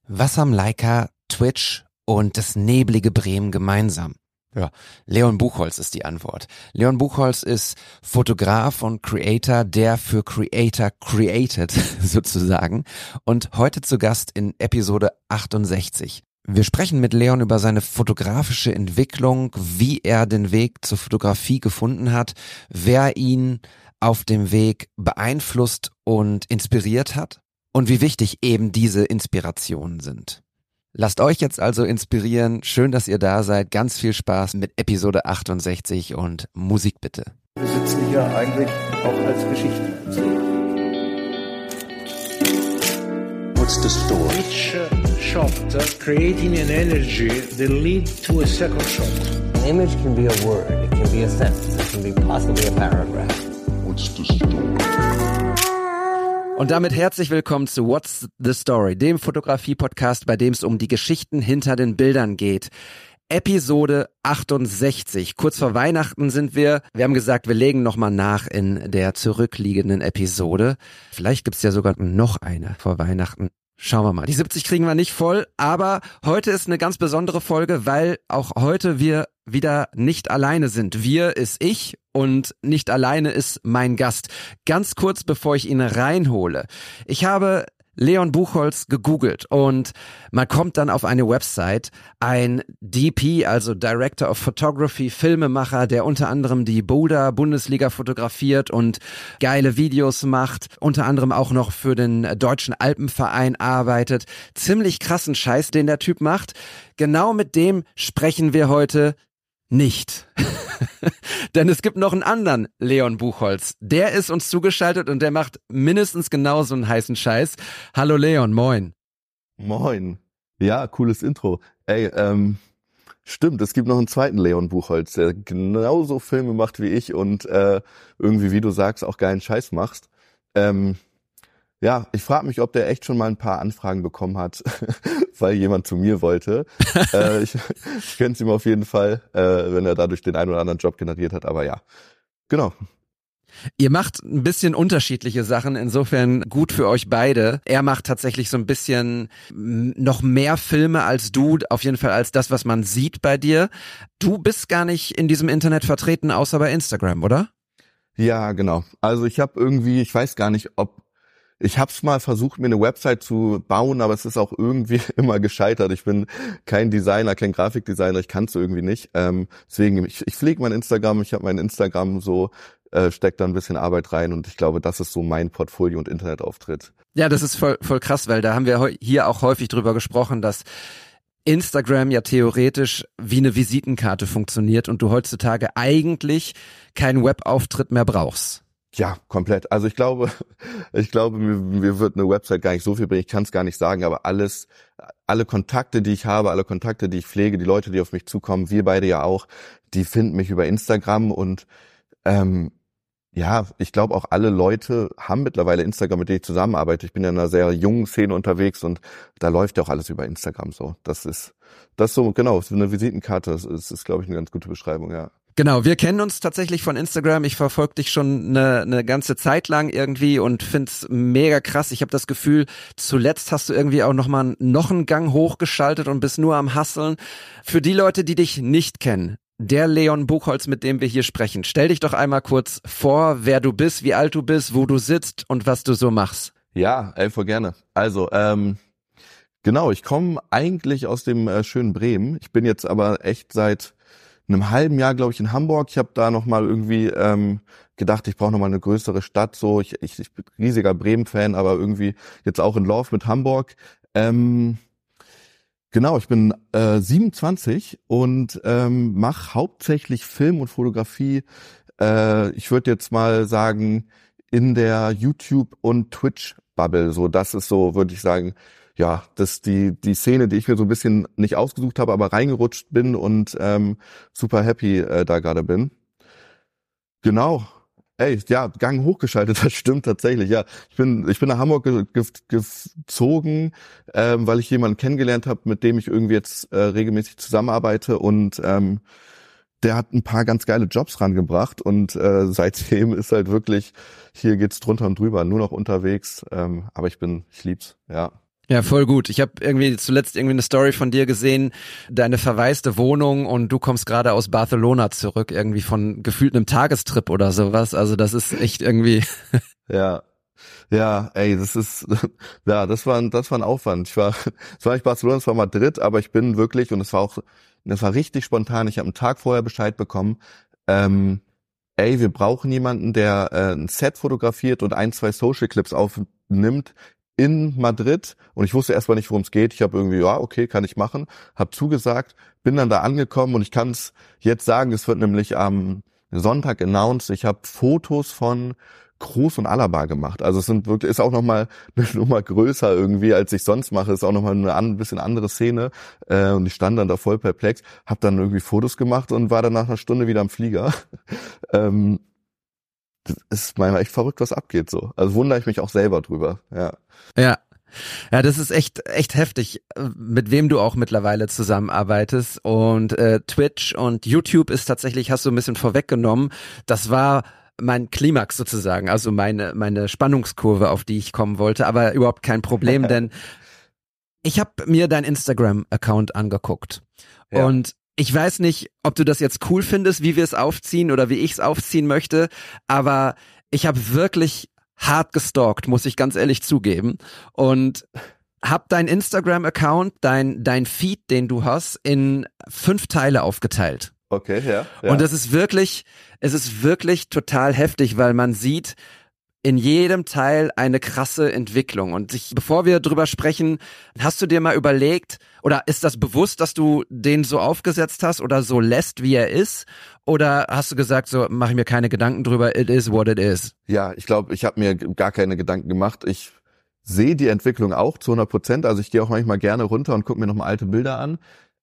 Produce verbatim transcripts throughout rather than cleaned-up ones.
Was haben Leica, Twitch und das neblige Bremen gemeinsam? Ja, Leon Buchholz ist die Antwort. Leon Buchholz ist Fotograf und Creator, der für Creator created sozusagen, und heute zu Gast in Episode achtundsechzig. Wir sprechen mit Leon über seine fotografische Entwicklung, wie er den Weg zur Fotografie gefunden hat, wer ihn auf dem Weg beeinflusst und inspiriert hat und wie wichtig eben diese Inspirationen sind. Lasst euch jetzt also inspirieren. Schön, dass ihr da seid. Ganz viel Spaß mit Episode achtundsechzig und Musik bitte. Wir sitzen hier eigentlich auch als Geschichtenerzähler. What's the story? Each uh, shot uh, creating an energy that leads to a second shot. An image can be a word, it can be a sentence, it can be possibly a paragraph. What's the story? Und damit herzlich willkommen zu What's the Story, dem Fotografie-Podcast, bei dem es um die Geschichten hinter den Bildern geht. Episode achtundsechzig. Kurz vor Weihnachten sind wir. Wir haben gesagt, wir legen nochmal nach in der zurückliegenden Episode. Vielleicht gibt's ja sogar noch eine vor Weihnachten. Schauen wir mal. Die siebzig kriegen wir nicht voll, aber heute ist eine ganz besondere Folge, weil auch heute wir wieder nicht alleine sind. Wir ist ich und nicht alleine ist mein Gast. Ganz kurz, bevor ich ihn reinhole. Ich habe Leon Buchholz gegoogelt und man kommt dann auf eine Website, ein D P, also Director of Photography, Filmemacher, der unter anderem die Boulder-Bundesliga fotografiert und geile Videos macht, unter anderem auch noch für den Deutschen Alpenverein arbeitet. Ziemlich krassen Scheiß, den der Typ macht. Genau mit dem sprechen wir heute nicht. Denn es gibt noch einen anderen Leon Buchholz. Der ist uns zugeschaltet und der macht mindestens genauso einen heißen Scheiß. Hallo Leon, moin. Moin. Ja, cooles Intro. Ey, ähm, stimmt, es gibt noch einen zweiten Leon Buchholz, der genauso Filme macht wie ich und äh, irgendwie, wie du sagst, auch geilen Scheiß macht. Ähm, ja, ich frage mich, ob der echt schon mal ein paar Anfragen bekommen hat, weil jemand zu mir wollte. äh, ich ich gönn's ihm auf jeden Fall, äh, wenn er dadurch den einen oder anderen Job generiert hat, aber ja, genau. Ihr macht ein bisschen unterschiedliche Sachen, insofern gut für euch beide. Er macht tatsächlich so ein bisschen noch mehr Filme als du, auf jeden Fall als das, was man sieht bei dir. Du bist gar nicht in diesem Internet vertreten, außer bei Instagram, oder? Ja, genau. Also ich habe irgendwie, ich weiß gar nicht, ob Ich hab's mal versucht, mir eine Website zu bauen, aber es ist auch irgendwie immer gescheitert. Ich bin kein Designer, kein Grafikdesigner, ich kann's irgendwie nicht. Ähm, deswegen, ich, ich pflege mein Instagram, ich habe mein Instagram so, äh, steckt da ein bisschen Arbeit rein und ich glaube, das ist so mein Portfolio und Internetauftritt. Ja, das ist voll, voll krass, weil da haben wir hier auch häufig drüber gesprochen, dass Instagram ja theoretisch wie eine Visitenkarte funktioniert und du heutzutage eigentlich keinen Webauftritt mehr brauchst. Ja, komplett. Also ich glaube, ich glaube, mir, mir wird eine Website gar nicht so viel bringen. Ich kann es gar nicht sagen, aber alles, alle Kontakte, die ich habe, alle Kontakte, die ich pflege, die Leute, die auf mich zukommen, wir beide ja auch, die finden mich über Instagram und ähm, ja, ich glaube auch alle Leute haben mittlerweile Instagram, mit denen ich zusammenarbeite. Ich bin ja in einer sehr jungen Szene unterwegs und da läuft ja auch alles über Instagram so. Das ist, das ist so, genau, so eine Visitenkarte. Das ist, ist glaube ich, eine ganz gute Beschreibung, ja. Genau, wir kennen uns tatsächlich von Instagram. Ich verfolge dich schon eine, eine ganze Zeit lang irgendwie und find's mega krass. Ich habe das Gefühl, zuletzt hast du irgendwie auch noch mal noch einen Gang hochgeschaltet und bist nur am Hustlen. Für die Leute, die dich nicht kennen, der Leon Buchholz, mit dem wir hier sprechen, stell dich doch einmal kurz vor, wer du bist, wie alt du bist, wo du sitzt und was du so machst. Ja, ey, voll gerne. Also, ähm, genau, ich komme eigentlich aus dem äh, schönen Bremen. Ich bin jetzt aber echt seit einem halben Jahr, glaube ich, in Hamburg. Ich habe da nochmal irgendwie ähm, gedacht, ich brauche nochmal eine größere Stadt. So, ich, ich, ich bin riesiger Bremen-Fan, aber irgendwie jetzt auch in Love mit Hamburg. Ähm, genau, ich bin äh, siebenundzwanzig und ähm, mache hauptsächlich Film und Fotografie. Äh, ich würde jetzt mal sagen, in der YouTube- und Twitch-Bubble. So, das ist so, würde ich sagen, ja, das ist die die Szene, die ich mir so ein bisschen nicht ausgesucht habe, aber reingerutscht bin und ähm, super happy äh, da gerade bin. Genau. Ey, ja, Gang hochgeschaltet, das stimmt tatsächlich. Ja, ich bin ich bin nach Hamburg ge ge gezogen, ähm, weil ich jemanden kennengelernt habe, mit dem ich irgendwie jetzt äh, regelmäßig zusammenarbeite und ähm, der hat ein paar ganz geile Jobs rangebracht und äh, seitdem ist halt wirklich, hier geht's drunter und drüber, nur noch unterwegs. Ähm, aber ich bin, ich lieb's, ja. Ja, voll gut. Ich habe irgendwie zuletzt irgendwie eine Story von dir gesehen, deine verwaiste Wohnung und du kommst gerade aus Barcelona zurück, irgendwie von gefühlt einem Tagestrip oder sowas. Also das ist echt irgendwie... Ja, ja, ey, das ist, ja, das war, ein, das war ein Aufwand. Ich war, es war nicht Barcelona, es war Madrid, aber ich bin wirklich, und es war auch, das war richtig spontan, ich habe einen Tag vorher Bescheid bekommen, ähm, ey, wir brauchen jemanden, der äh, ein Set fotografiert und ein, zwei Social Clips aufnimmt in Madrid, und ich wusste erstmal nicht, worum es geht. Ich habe irgendwie, ja, okay, kann ich machen, habe zugesagt, bin dann da angekommen, und ich kann es jetzt sagen, es wird nämlich am Sonntag announced. Ich habe Fotos von Kroos und Alaba gemacht. Also es sind wirklich, ist auch nochmal eine Nummer größer irgendwie, als ich sonst mache. Ist auch nochmal eine ein bisschen andere Szene. Äh, und ich stand dann da voll perplex, habe dann irgendwie Fotos gemacht und war dann nach einer Stunde wieder am Flieger. ähm, das ist manchmal echt verrückt, was abgeht so. Also wundere ich mich auch selber drüber. Ja. Ja. Ja, das ist echt echt heftig, mit wem du auch mittlerweile zusammenarbeitest, und äh, Twitch und YouTube ist tatsächlich, hast du ein bisschen vorweggenommen, das war mein Klimax sozusagen, also meine meine Spannungskurve, auf die ich kommen wollte, aber überhaupt kein Problem, denn ich habe mir dein Instagram-Account angeguckt, ja. Und ich weiß nicht, ob du das jetzt cool findest, wie wir es aufziehen oder wie ich es aufziehen möchte, aber ich habe wirklich hart gestalkt, muss ich ganz ehrlich zugeben, und hab dein Instagram-Account, dein dein Feed, den du hast, in fünf Teile aufgeteilt. Okay, ja, ja. Und das ist wirklich, es ist wirklich total heftig, weil man sieht in jedem Teil eine krasse Entwicklung. Und ich, bevor wir drüber sprechen, hast du dir mal überlegt, oder ist das bewusst, dass du den so aufgesetzt hast oder so lässt, wie er ist? Oder hast du gesagt, so mache ich mir keine Gedanken drüber, it is what it is? Ja, ich glaube, ich habe mir gar keine Gedanken gemacht. Ich sehe die Entwicklung auch zu hundert Prozent. Also ich gehe auch manchmal gerne runter und gucke mir nochmal alte Bilder an.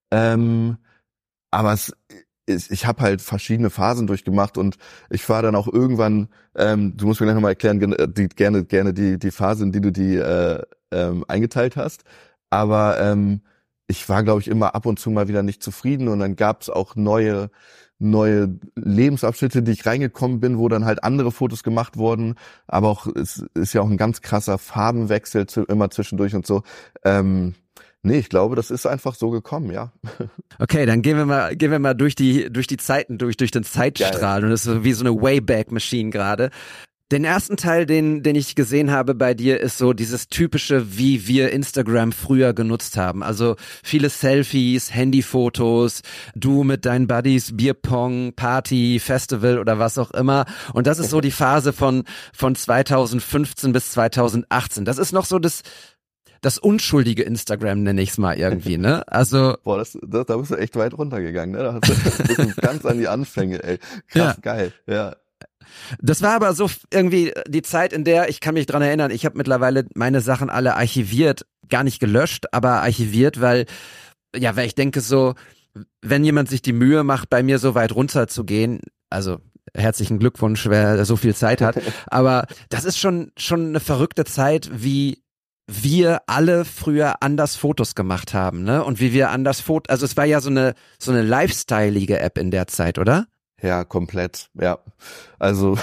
Ähm, aber es ich habe halt verschiedene Phasen durchgemacht, und ich war dann auch irgendwann, ähm, du musst mir gleich nochmal erklären, die, gerne gerne die die Phase, in die du die äh, ähm, eingeteilt hast, aber ähm, ich war, glaube ich, immer ab und zu mal wieder nicht zufrieden, und dann gab es auch neue neue Lebensabschnitte, die ich reingekommen bin, wo dann halt andere Fotos gemacht wurden, aber auch es ist ja auch ein ganz krasser Farbenwechsel zu, immer zwischendurch und so. Ähm, Nee, ich glaube, das ist einfach so gekommen, ja. Okay, dann gehen wir mal, gehen wir mal durch die, durch die Zeiten durch, durch den Zeitstrahl. Geil. Und das ist so wie so eine Wayback-Machine gerade. Den ersten Teil, den, den ich gesehen habe bei dir, ist so dieses typische, wie wir Instagram früher genutzt haben. Also viele Selfies, Handyfotos, du mit deinen Buddies, Bierpong, Party, Festival oder was auch immer. Und das ist so die Phase von, von zweitausendfünfzehn bis zweitausendachtzehn. Das ist noch so das, das unschuldige Instagram, nenne ich es mal irgendwie, ne? Also boah, das, das, da bist du echt weit runtergegangen, ne? Da hast du, bist du ganz an die Anfänge, ey. Krass, ja. Geil, ja. Das war aber so irgendwie die Zeit, in der, ich kann mich dran erinnern, ich habe mittlerweile meine Sachen alle archiviert, gar nicht gelöscht, aber archiviert, weil, ja, weil ich denke so, wenn jemand sich die Mühe macht, bei mir so weit runter zu gehen, also herzlichen Glückwunsch, wer so viel Zeit hat, aber das ist schon schon eine verrückte Zeit, wie wir alle früher anders Fotos gemacht haben, ne? Und wie wir anders Fotos, also es war ja so eine so eine lifestyleige App in der Zeit, oder? Ja, komplett, ja. Also,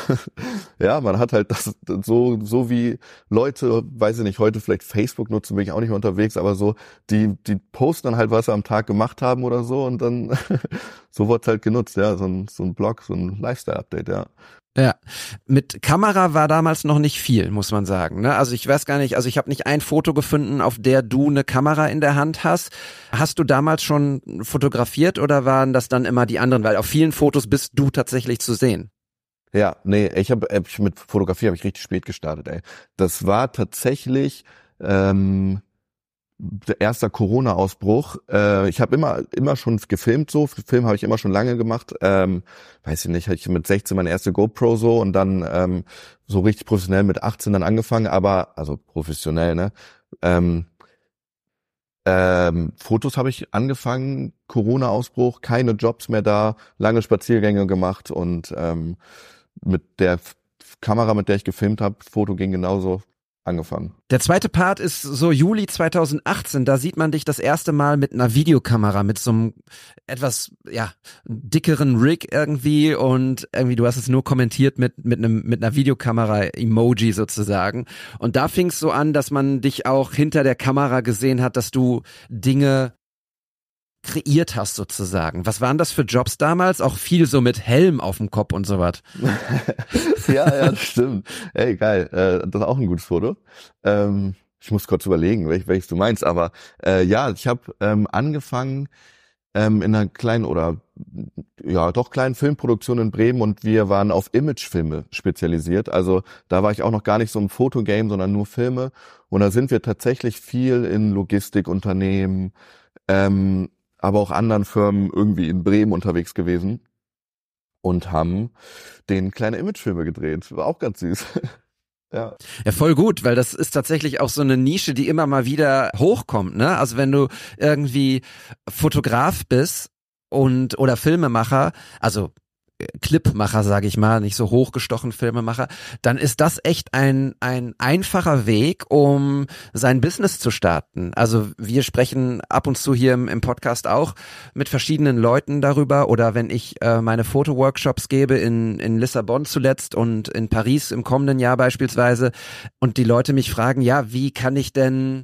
ja, man hat halt das so, so wie Leute, weiß ich nicht, heute vielleicht Facebook nutzen, bin ich auch nicht mehr unterwegs, aber so, die, die posten dann halt, was sie am Tag gemacht haben oder so, und dann, so wird's halt genutzt, ja, so ein, so ein Blog, so ein Lifestyle-Update, ja. Ja, mit Kamera war damals noch nicht viel, muss man sagen, ne? Also ich weiß gar nicht, also ich habe nicht ein Foto gefunden, auf der du eine Kamera in der Hand hast. Hast du damals schon fotografiert oder waren das dann immer die anderen? Weil auf vielen Fotos bist du tatsächlich zu sehen. Ja, nee, ich habe mit Fotografie habe ich richtig spät gestartet, ey. Das war tatsächlich ähm, der erste Corona-Ausbruch. Äh, ich habe immer immer schon gefilmt, so Film habe ich immer schon lange gemacht. Ähm, weiß ich nicht, hatte ich mit sechzehn meine erste GoPro so, und dann ähm, so richtig professionell mit achtzehn dann angefangen, aber also professionell, ne? Ähm, ähm, Fotos habe ich angefangen, Corona-Ausbruch, keine Jobs mehr da, lange Spaziergänge gemacht, und ähm, mit der Kamera, mit der ich gefilmt habe, Foto ging genauso angefangen. Der zweite Part ist so Juli zweitausendachtzehn, da sieht man dich das erste Mal mit einer Videokamera, mit so einem etwas, ja, dickeren Rig irgendwie und irgendwie, du hast es nur kommentiert mit, mit einem, mit einer Videokamera-Emoji sozusagen. Und da fing es so an, dass man dich auch hinter der Kamera gesehen hat, dass du Dinge kreiert hast sozusagen. Was waren das für Jobs damals? Auch viel so mit Helm auf dem Kopf und sowas. ja, ja, das stimmt. Ey, geil. Äh, das ist auch ein gutes Foto. Ähm, ich muss kurz überlegen, welch, welches du meinst. Aber äh, ja, ich habe ähm, angefangen ähm, in einer kleinen oder ja doch kleinen Filmproduktion in Bremen und wir waren auf Imagefilme spezialisiert. Also da war ich auch noch gar nicht so im Fotogame, sondern nur Filme. Und da sind wir tatsächlich viel in Logistikunternehmen, ähm, aber auch anderen Firmen irgendwie in Bremen unterwegs gewesen und haben den kleine Imagefilme gedreht. War auch ganz süß. Ja. Ja, voll gut, weil das ist tatsächlich auch so eine Nische, die immer mal wieder hochkommt, ne? Also wenn du irgendwie Fotograf bist und oder Filmemacher, also Clipmacher, sage ich mal, nicht so hochgestochen Filmemacher, dann ist das echt ein ein einfacher Weg, um sein Business zu starten. Also wir sprechen ab und zu hier im, im Podcast auch mit verschiedenen Leuten darüber oder wenn ich äh, meine Fotoworkshops gebe in in Lissabon zuletzt und in Paris im kommenden Jahr beispielsweise und die Leute mich fragen, ja, wie kann ich denn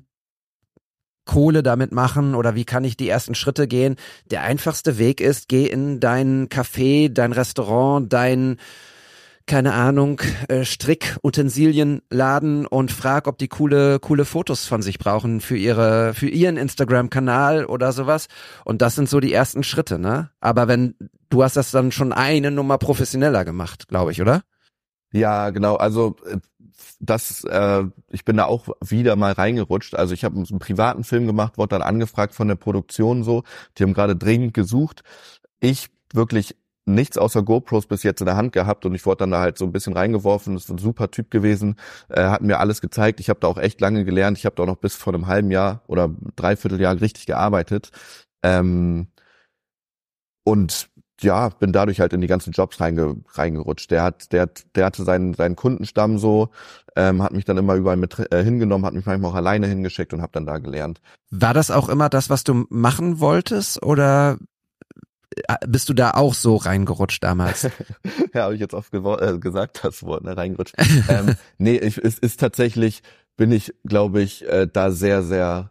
Kohle damit machen oder wie kann ich die ersten Schritte gehen? Der einfachste Weg ist, geh in dein Café, dein Restaurant, dein, keine Ahnung, äh, Strickutensilienladen und frag, ob die coole, coole Fotos von sich brauchen für ihre, für ihren Instagram-Kanal oder sowas. Und das sind so die ersten Schritte, ne? Aber wenn, du hast das dann schon eine Nummer professioneller gemacht, glaube ich, oder? Ja, genau. Also das, äh, ich bin da auch wieder mal reingerutscht. Also ich habe einen privaten Film gemacht, wurde dann angefragt von der Produktion so. Die haben gerade dringend gesucht. Ich wirklich nichts außer GoPros bis jetzt in der Hand gehabt und ich wurde dann da halt so ein bisschen reingeworfen. Das ist ein super Typ gewesen, äh, hat mir alles gezeigt. Ich habe da auch echt lange gelernt. Ich habe da auch noch bis vor einem halben Jahr oder dreiviertel Jahr richtig gearbeitet. Ähm, und ja, bin dadurch halt in die ganzen Jobs reinge, reingerutscht. Der hat, der, der hatte seinen, seinen Kundenstamm so, ähm, hat mich dann immer überall mit äh, hingenommen, hat mich manchmal auch alleine hingeschickt und habe dann da gelernt. War das auch immer das, was du machen wolltest oder bist du da auch so reingerutscht damals? Ja, habe ich jetzt oft gewo- äh, gesagt, das Wort, ne, reingerutscht. ähm, nee, ich, es ist tatsächlich, bin ich, glaube ich, äh, da sehr, sehr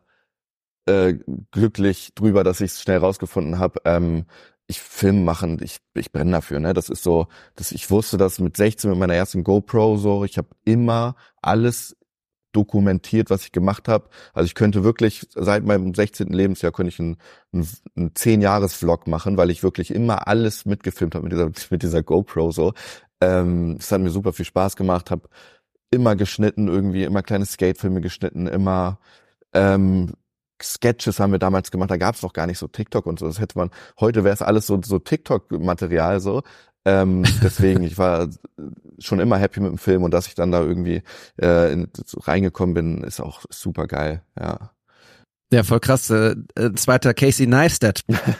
äh, glücklich drüber, dass ich es schnell rausgefunden habe. Ähm, ich Film machen, ich ich brenne dafür, ne? Das ist so, dass ich wusste, dass mit sechzehn mit meiner ersten GoPro so, ich habe immer alles dokumentiert, was ich gemacht habe. Also ich könnte wirklich seit meinem sechzehnten Lebensjahr könnte ich einen, einen, einen zehn-Jahres-Vlog machen, weil ich wirklich immer alles mitgefilmt habe mit dieser mit dieser GoPro so. Ähm, es hat mir super viel Spaß gemacht, habe immer geschnitten irgendwie, immer kleine Skatefilme geschnitten, immer ähm, Sketches haben wir damals gemacht, da gab es noch gar nicht so TikTok und so. Das hätte man, heute wäre es alles so so TikTok-Material so. Ähm, deswegen, ich war schon immer happy mit dem Film und dass ich dann da irgendwie äh, in, so reingekommen bin, ist auch super geil, ja. Ja, voll krass. Äh, zweiter Casey Neistat.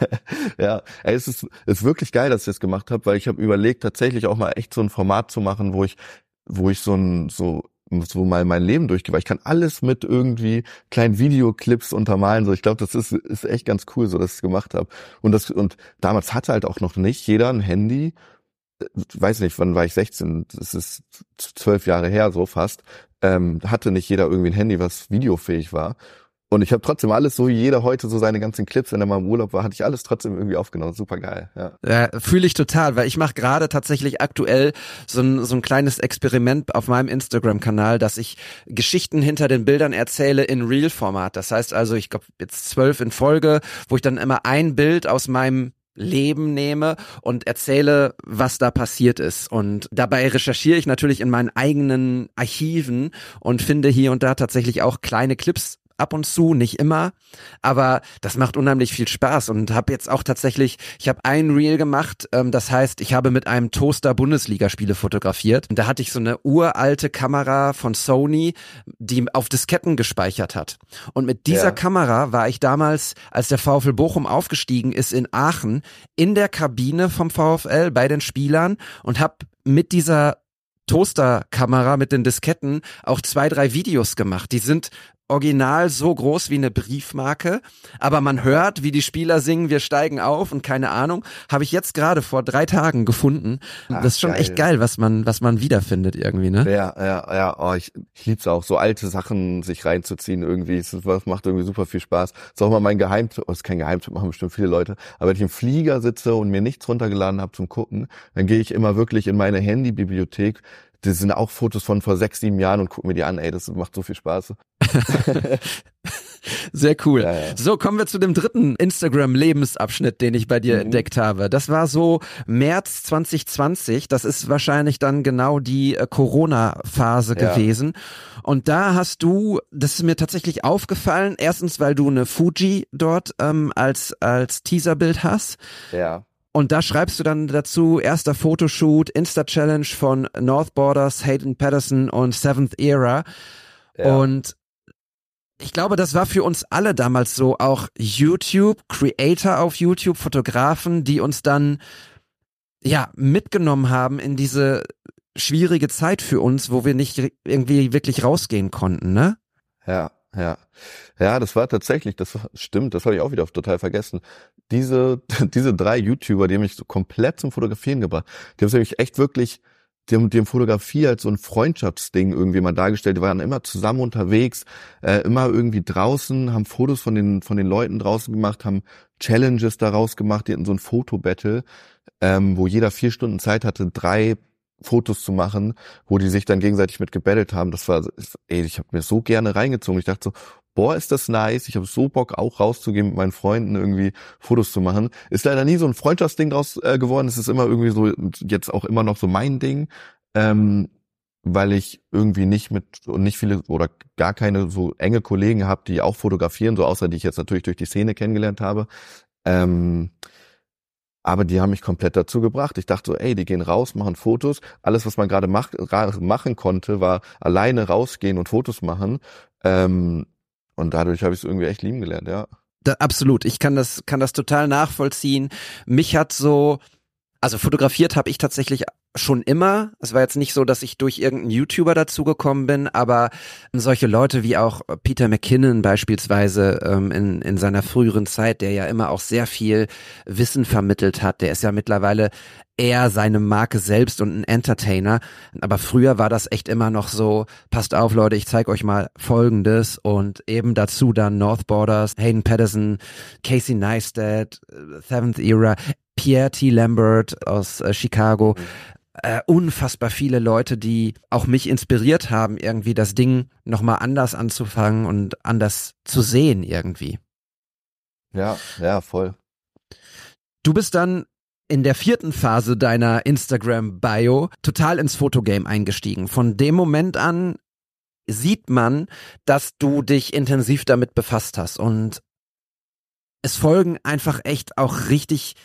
Ja, ey, es ist, es ist wirklich geil, dass ich das gemacht habe, weil ich habe überlegt, tatsächlich auch mal echt so ein Format zu machen, wo ich, wo ich so ein so so mal mein Leben durchgehe, weil ich kann alles mit irgendwie kleinen Videoclips untermalen, so ich glaube, das ist ist echt ganz cool, so dass ich es gemacht habe. Und das und damals hatte halt auch noch nicht jeder ein Handy. Ich weiß nicht, wann war ich sechzehn, das ist zwölf Jahre her, so fast, ähm, hatte nicht jeder irgendwie ein Handy, was videofähig war. Und ich habe trotzdem alles, so wie jeder heute so seine ganzen Clips, wenn er mal im Urlaub war, hatte ich alles trotzdem irgendwie aufgenommen. Super geil, ja. Ja, fühle ich total, weil ich mache gerade tatsächlich aktuell so ein, so ein kleines Experiment auf meinem Instagram-Kanal, dass ich Geschichten hinter den Bildern erzähle in Reel-Format. Das heißt also, ich glaube jetzt zwölf in Folge, wo ich dann immer ein Bild aus meinem Leben nehme und erzähle, was da passiert ist. Und dabei recherchiere ich natürlich in meinen eigenen Archiven und finde hier und da tatsächlich auch kleine Clips ab und zu, nicht immer, aber das macht unheimlich viel Spaß und habe jetzt auch tatsächlich, ich habe ein Reel gemacht, ähm, das heißt, ich habe mit einem Toaster Bundesligaspiele fotografiert und da hatte ich so eine uralte Kamera von Sony, die auf Disketten gespeichert hat und mit dieser ja. Kamera war ich damals, als der VfL Bochum aufgestiegen ist in Aachen, in der Kabine vom VfL bei den Spielern und habe mit dieser Toasterkamera mit den Disketten auch zwei, drei Videos gemacht. Die sind original so groß wie eine Briefmarke, aber man hört, wie die Spieler singen, wir steigen auf und keine Ahnung, habe ich jetzt gerade vor drei Tagen gefunden. Ach, das ist schon geil. Echt geil, was man was man wiederfindet irgendwie, ne? Ja, ja, ja, oh, ich, ich lieb's auch, so alte Sachen sich reinzuziehen irgendwie, das macht irgendwie super viel Spaß. Das ist auch mal mein Geheimtipp, oh, ist kein Geheimtipp, machen bestimmt viele Leute, aber wenn ich im Flieger sitze und mir nichts runtergeladen habe zum Gucken, dann gehe ich immer wirklich in meine Handybibliothek. Das sind auch Fotos von vor sechs, sieben Jahren und guck mir die an, ey, das macht so viel Spaß. Sehr cool. Ja, ja. So, kommen wir zu dem dritten Instagram-Lebensabschnitt, den ich bei dir mhm. entdeckt habe. Das war so März zwanzig zwanzig. Das ist wahrscheinlich dann genau die äh, Corona-Phase ja. gewesen. Und da hast du, das ist mir tatsächlich aufgefallen, erstens, weil du eine Fuji dort ähm, als als Teaserbild hast. Ja. Und da schreibst du dann dazu, erster Fotoshoot, Insta-Challenge von North Borders, Hayden Patterson und Seventh Era. Ja. Und ich glaube, das war für uns alle damals so, auch YouTube, Creator auf YouTube, Fotografen, die uns dann ja mitgenommen haben in diese schwierige Zeit für uns, wo wir nicht irgendwie wirklich rausgehen konnten, ne? Ja, ja. Ja, das war tatsächlich, das war, stimmt, das habe ich auch wieder total vergessen. Diese, diese drei YouTuber, die haben mich so komplett zum Fotografieren gebracht. Die haben nämlich echt wirklich, die haben, die haben Fotografie als so ein Freundschaftsding irgendwie mal dargestellt. Die waren immer zusammen unterwegs, äh, immer irgendwie draußen, haben Fotos von den, von den Leuten draußen gemacht, haben Challenges daraus gemacht. Die hatten so ein Fotobattle, ähm, wo jeder vier Stunden Zeit hatte, drei Fotos zu machen, wo die sich dann gegenseitig mit gebettelt haben. Das war, ey, ich habe mir so gerne reingezogen. Ich dachte so, boah, ist das nice. Ich habe so Bock, auch rauszugehen mit meinen Freunden, irgendwie Fotos zu machen. Ist leider nie so ein Freundschaftsding draus äh, geworden. Es ist immer irgendwie so, jetzt auch immer noch so mein Ding, ähm, weil ich irgendwie nicht mit und nicht viele oder gar keine so enge Kollegen habe, die auch fotografieren, so außer die ich jetzt natürlich durch die Szene kennengelernt habe. Ähm, Aber die haben mich komplett dazu gebracht. Ich dachte so, ey, die gehen raus, machen Fotos. Alles, was man gerade mach, machen konnte, war alleine rausgehen und Fotos machen. Ähm, und dadurch habe ich es irgendwie echt lieben gelernt, ja. Da, absolut. Ich kann das, kann das total nachvollziehen. Mich hat so, also fotografiert habe ich tatsächlich schon immer. Es war jetzt nicht so, dass ich durch irgendeinen YouTuber dazugekommen bin, aber solche Leute wie auch Peter McKinnon beispielsweise ähm, in in seiner früheren Zeit, der ja immer auch sehr viel Wissen vermittelt hat, der ist ja mittlerweile eher seine Marke selbst und ein Entertainer, aber früher war das echt immer noch so, passt auf Leute, ich zeige euch mal Folgendes und eben dazu dann North Borders, Hayden Patterson, Casey Neistat, Seventh Era, Pierre T. Lambert aus äh, Chicago, äh, unfassbar viele Leute, die auch mich inspiriert haben, irgendwie das Ding nochmal anders anzufangen und anders zu sehen irgendwie. Ja, ja, voll. Du bist dann in der vierten Phase deiner Instagram-Bio total ins Fotogame eingestiegen. Von dem Moment an sieht man, dass du dich intensiv damit befasst hast und es folgen einfach echt auch richtig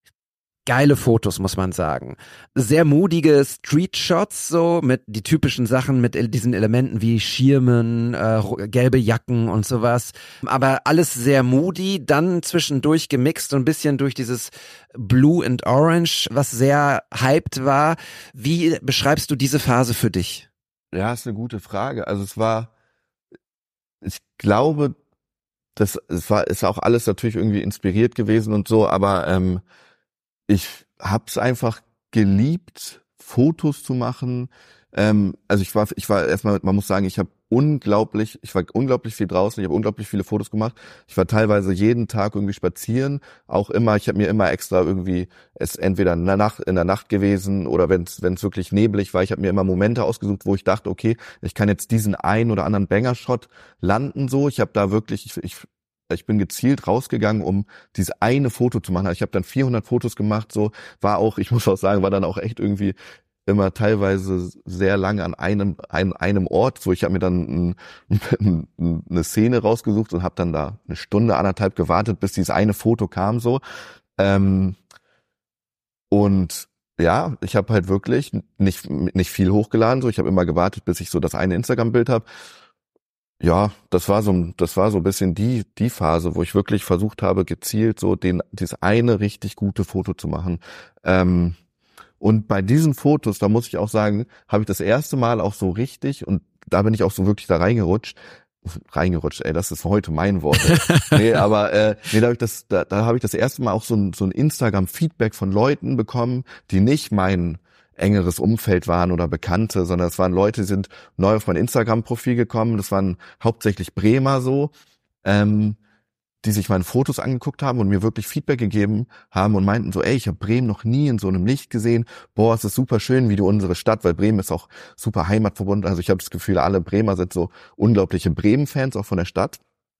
geile Fotos, muss man sagen. Sehr mutige Street-Shots, so mit die typischen Sachen, mit diesen Elementen wie Schirmen, äh, gelbe Jacken und sowas. Aber alles sehr moody, dann zwischendurch gemixt und ein bisschen durch dieses Blue and Orange, was sehr hyped war. Wie beschreibst du diese Phase für dich? Ja, ist eine gute Frage. Also es war, ich glaube, das es war ist auch alles natürlich irgendwie inspiriert gewesen und so, aber ähm, ich hab's einfach geliebt, Fotos zu machen. Ähm, also ich war, ich war erstmal, man muss sagen, ich habe unglaublich, ich war unglaublich viel draußen, ich habe unglaublich viele Fotos gemacht. Ich war teilweise jeden Tag irgendwie spazieren, auch immer, ich habe mir immer extra irgendwie, es entweder in der Nacht, in der Nacht gewesen oder wenn es wenn es wirklich neblig war, ich habe mir immer Momente ausgesucht, wo ich dachte, okay, ich kann jetzt diesen einen oder anderen Banger-Shot landen so. Ich habe da wirklich, ich, ich Ich bin gezielt rausgegangen, um dieses eine Foto zu machen. Also ich habe dann vierhundert Fotos gemacht, so war auch, ich muss auch sagen, war dann auch echt irgendwie immer teilweise sehr lange an einem einem, einem Ort. So, ich habe mir dann ein, ein, eine Szene rausgesucht und habe dann da eine Stunde, anderthalb gewartet, bis dieses eine Foto kam. So ähm, und ja, ich habe halt wirklich nicht nicht viel hochgeladen. So, ich habe immer gewartet, bis ich so das eine Instagram-Bild habe. Ja, das war so, das war so ein bisschen die, die Phase, wo ich wirklich versucht habe, gezielt so den, dieses eine richtig gute Foto zu machen. Ähm, Und bei diesen Fotos, da muss ich auch sagen, habe ich das erste Mal auch so richtig, und da bin ich auch so wirklich da reingerutscht, reingerutscht, ey, das ist heute mein Wort. nee, aber äh, nee, da habe ich das, da, da habe ich das erste Mal auch so ein, so ein Instagram-Feedback von Leuten bekommen, die nicht mein engeres Umfeld waren oder Bekannte, sondern es waren Leute, die sind neu auf mein Instagram-Profil gekommen. Das waren hauptsächlich Bremer so, ähm, die sich meine Fotos angeguckt haben und mir wirklich Feedback gegeben haben und meinten so, ey, ich habe Bremen noch nie in so einem Licht gesehen. Boah, es ist super schön, wie du unsere Stadt, weil Bremen ist auch super heimatverbunden. Also ich habe das Gefühl, alle Bremer sind so unglaubliche Bremen-Fans, auch von der Stadt.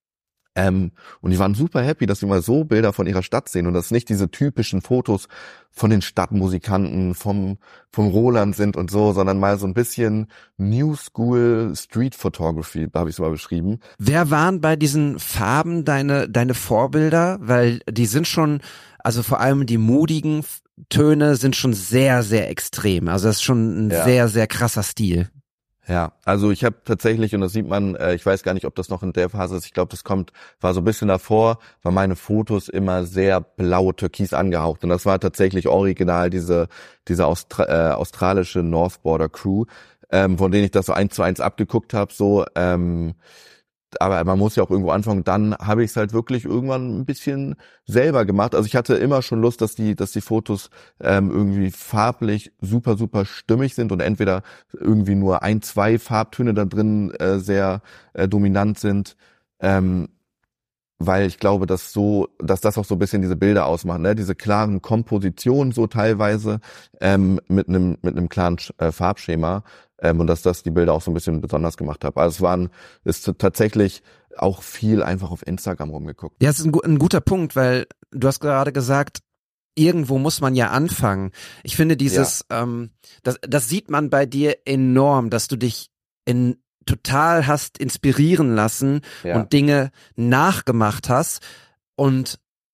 Ähm, und die waren super happy, dass sie mal so Bilder von ihrer Stadt sehen und dass nicht diese typischen Fotos von den Stadtmusikanten, vom, vom Roland sind und so, sondern mal so ein bisschen New School Street Photography, habe ich es mal beschrieben. Wer waren bei diesen Farben deine, deine Vorbilder? Weil die sind schon, also vor allem die mutigen Töne sind schon sehr, sehr extrem. Also das ist schon ein Ja. sehr, sehr krasser Stil. Ja, also ich habe tatsächlich, und das sieht man, äh, ich weiß gar nicht, ob das noch in der Phase ist, ich glaube, das kommt, war so ein bisschen davor, waren meine Fotos immer sehr blau-türkis angehaucht. Und das war tatsächlich original diese diese Austra- äh, australische North Border Crew, ähm, von denen ich das so eins zu eins abgeguckt habe. So, ähm, aber man muss ja auch irgendwo anfangen. Dann habe ich es halt wirklich irgendwann ein bisschen selber gemacht. Also ich hatte immer schon Lust, dass die, dass die Fotos ähm, irgendwie farblich super, super stimmig sind und entweder irgendwie nur ein, zwei Farbtöne da drin äh, sehr äh, dominant sind. Ähm, weil ich glaube, dass so, dass das auch so ein bisschen diese Bilder ausmacht, ne? Diese klaren Kompositionen so teilweise ähm, mit einem mit einem klaren äh, Farbschema. Ähm, und dass das die Bilder auch so ein bisschen besonders gemacht hat. Also es waren, ist tatsächlich auch viel einfach auf Instagram rumgeguckt. Ja, das ist ein, ein guter Punkt, weil du hast gerade gesagt, irgendwo muss man ja anfangen. Ich finde dieses, ja. ähm, das, das sieht man bei dir enorm, dass du dich in total hast inspirieren lassen Ja. und Dinge nachgemacht hast und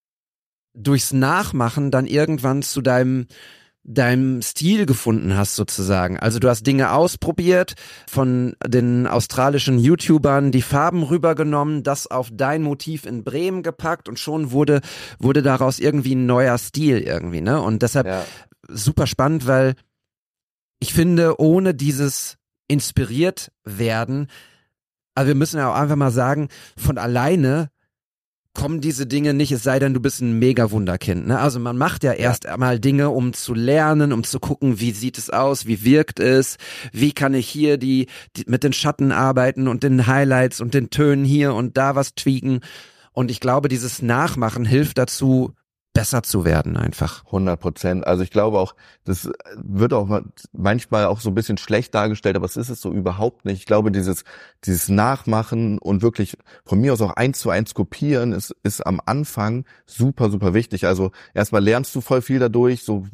durchs Nachmachen dann irgendwann zu deinem deinem Stil gefunden hast sozusagen. Also du hast Dinge ausprobiert, von den australischen YouTubern die Farben rübergenommen, das auf dein Motiv in Bremen gepackt und schon wurde wurde daraus irgendwie ein neuer Stil irgendwie, ne? Und deshalb Ja. super spannend, weil ich finde, ohne dieses inspiriert werden, also wir müssen ja auch einfach mal sagen, von alleine kommen diese Dinge nicht, es sei denn, du bist ein Mega-Wunderkind. Ne? Also man macht ja erst einmal Dinge, um zu lernen, um zu gucken, wie sieht es aus, wie wirkt es, wie kann ich hier die, die mit den Schatten arbeiten und den Highlights und den Tönen hier und da was tweaken. Und ich glaube, dieses Nachmachen hilft dazu, besser zu werden einfach. hundert Prozent. Also ich glaube auch, das wird auch manchmal auch so ein bisschen schlecht dargestellt, aber es ist es so überhaupt nicht. Ich glaube, dieses dieses Nachmachen und wirklich von mir aus auch eins zu eins kopieren ist ist am Anfang super, super wichtig. Also erstmal lernst du voll viel dadurch, so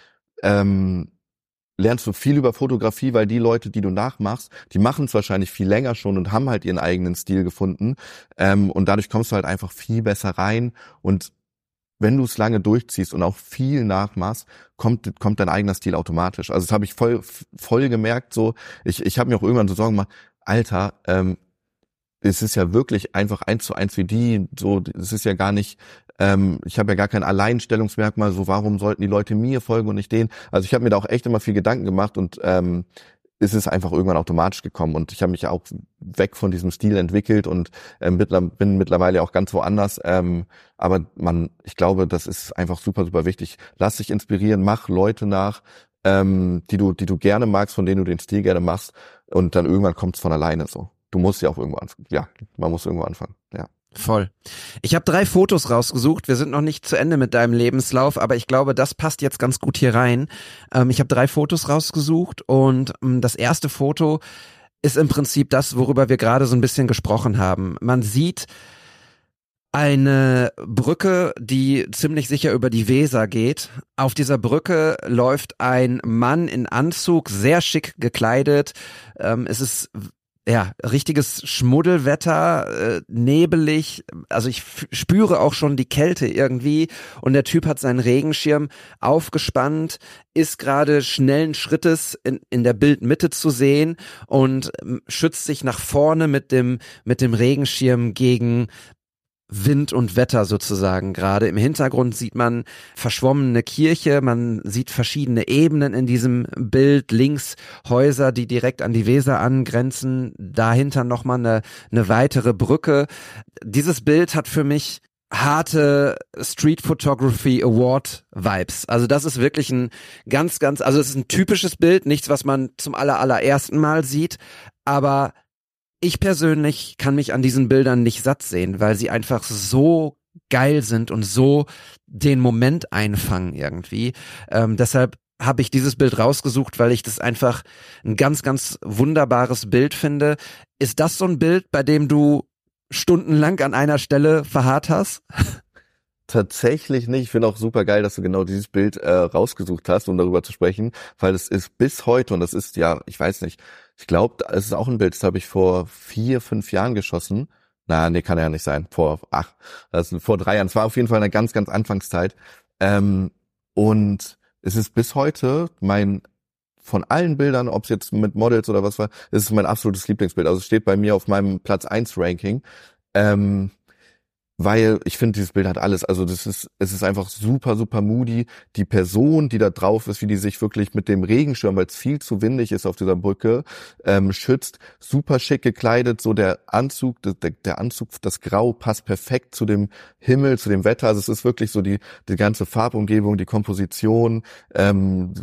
ähm, lernst du viel über Fotografie, weil die Leute, die du nachmachst, die machen es wahrscheinlich viel länger schon und haben halt ihren eigenen Stil gefunden. Ähm, und dadurch kommst du halt einfach viel besser rein. Und wenn du es lange durchziehst und auch viel nachmachst, kommt kommt dein eigener Stil automatisch. Also das habe ich voll voll gemerkt. So, ich ich habe mir auch irgendwann so Sorgen gemacht, Alter, ähm, es ist ja wirklich einfach eins zu eins wie die. So, es ist ja gar nicht. Ähm, ich habe ja gar kein Alleinstellungsmerkmal. So, warum sollten die Leute mir folgen und nicht denen? Also ich habe mir da auch echt immer viel Gedanken gemacht und ähm, es ist einfach irgendwann automatisch gekommen und ich habe mich auch weg von diesem Stil entwickelt und äh, bin mittlerweile auch ganz woanders. Ähm, aber man, ich glaube, das ist einfach super, super wichtig. Lass dich inspirieren, mach Leute nach, ähm, die du, die du gerne magst, von denen du den Stil gerne machst und dann irgendwann kommt es von alleine so. Du musst ja auch irgendwo anfangen. Ja, man muss irgendwo anfangen. Ja. Voll. Ich habe drei Fotos rausgesucht. Wir sind noch nicht zu Ende mit deinem Lebenslauf, aber ich glaube, das passt jetzt ganz gut hier rein. Ähm, ich habe drei Fotos rausgesucht und ähm, das erste Foto ist im Prinzip das, worüber wir gerade so ein bisschen gesprochen haben. Man sieht eine Brücke, die ziemlich sicher über die Weser geht. Auf dieser Brücke läuft ein Mann in Anzug, sehr schick gekleidet. Ähm, es ist ja, richtiges Schmuddelwetter, äh, nebelig, also ich f- spüre auch schon die Kälte irgendwie und der Typ hat seinen Regenschirm aufgespannt, ist gerade schnellen Schrittes in, in der Bildmitte zu sehen und ähm, schützt sich nach vorne mit dem, mit dem Regenschirm gegen Wind und Wetter sozusagen gerade. Im Hintergrund sieht man verschwommene Kirche, man sieht verschiedene Ebenen in diesem Bild, links Häuser, die direkt an die Weser angrenzen, dahinter nochmal eine, eine weitere Brücke. Dieses Bild hat für mich harte Street Photography Award Vibes. Also das ist wirklich ein ganz, ganz, also es ist ein typisches Bild, nichts, was man zum aller, allerersten Mal sieht, aber ich persönlich kann mich an diesen Bildern nicht satt sehen, weil sie einfach so geil sind und so den Moment einfangen irgendwie. Ähm, deshalb habe ich dieses Bild rausgesucht, weil ich das einfach ein ganz, ganz wunderbares Bild finde. Ist das so ein Bild, bei dem du stundenlang an einer Stelle verharrt hast? Tatsächlich nicht. Ich finde auch super geil, dass du genau dieses Bild äh, rausgesucht hast, um darüber zu sprechen, weil es ist bis heute, und das ist ja, ich weiß nicht, ich glaube, es ist auch ein Bild, das habe ich vor vier, fünf Jahren geschossen. Na, nee, kann ja nicht sein. Vor, ach, das ist vor drei Jahren. Es war auf jeden Fall eine ganz, ganz Anfangszeit. Ähm, und es ist bis heute mein, von allen Bildern, ob es jetzt mit Models oder was war, es ist mein absolutes Lieblingsbild. Also es steht bei mir auf meinem Platz eins Ranking. Ähm, weil ich finde, dieses Bild hat alles. Also das ist, es ist einfach super, super moody. Die Person, die da drauf ist, wie die sich wirklich mit dem Regenschirm, weil es viel zu windig ist auf dieser Brücke, ähm, schützt. Super schick gekleidet. So der Anzug, der, der Anzug, das Grau passt perfekt zu dem Himmel, zu dem Wetter. Also es ist wirklich so die, die ganze Farbumgebung, die Komposition, ähm,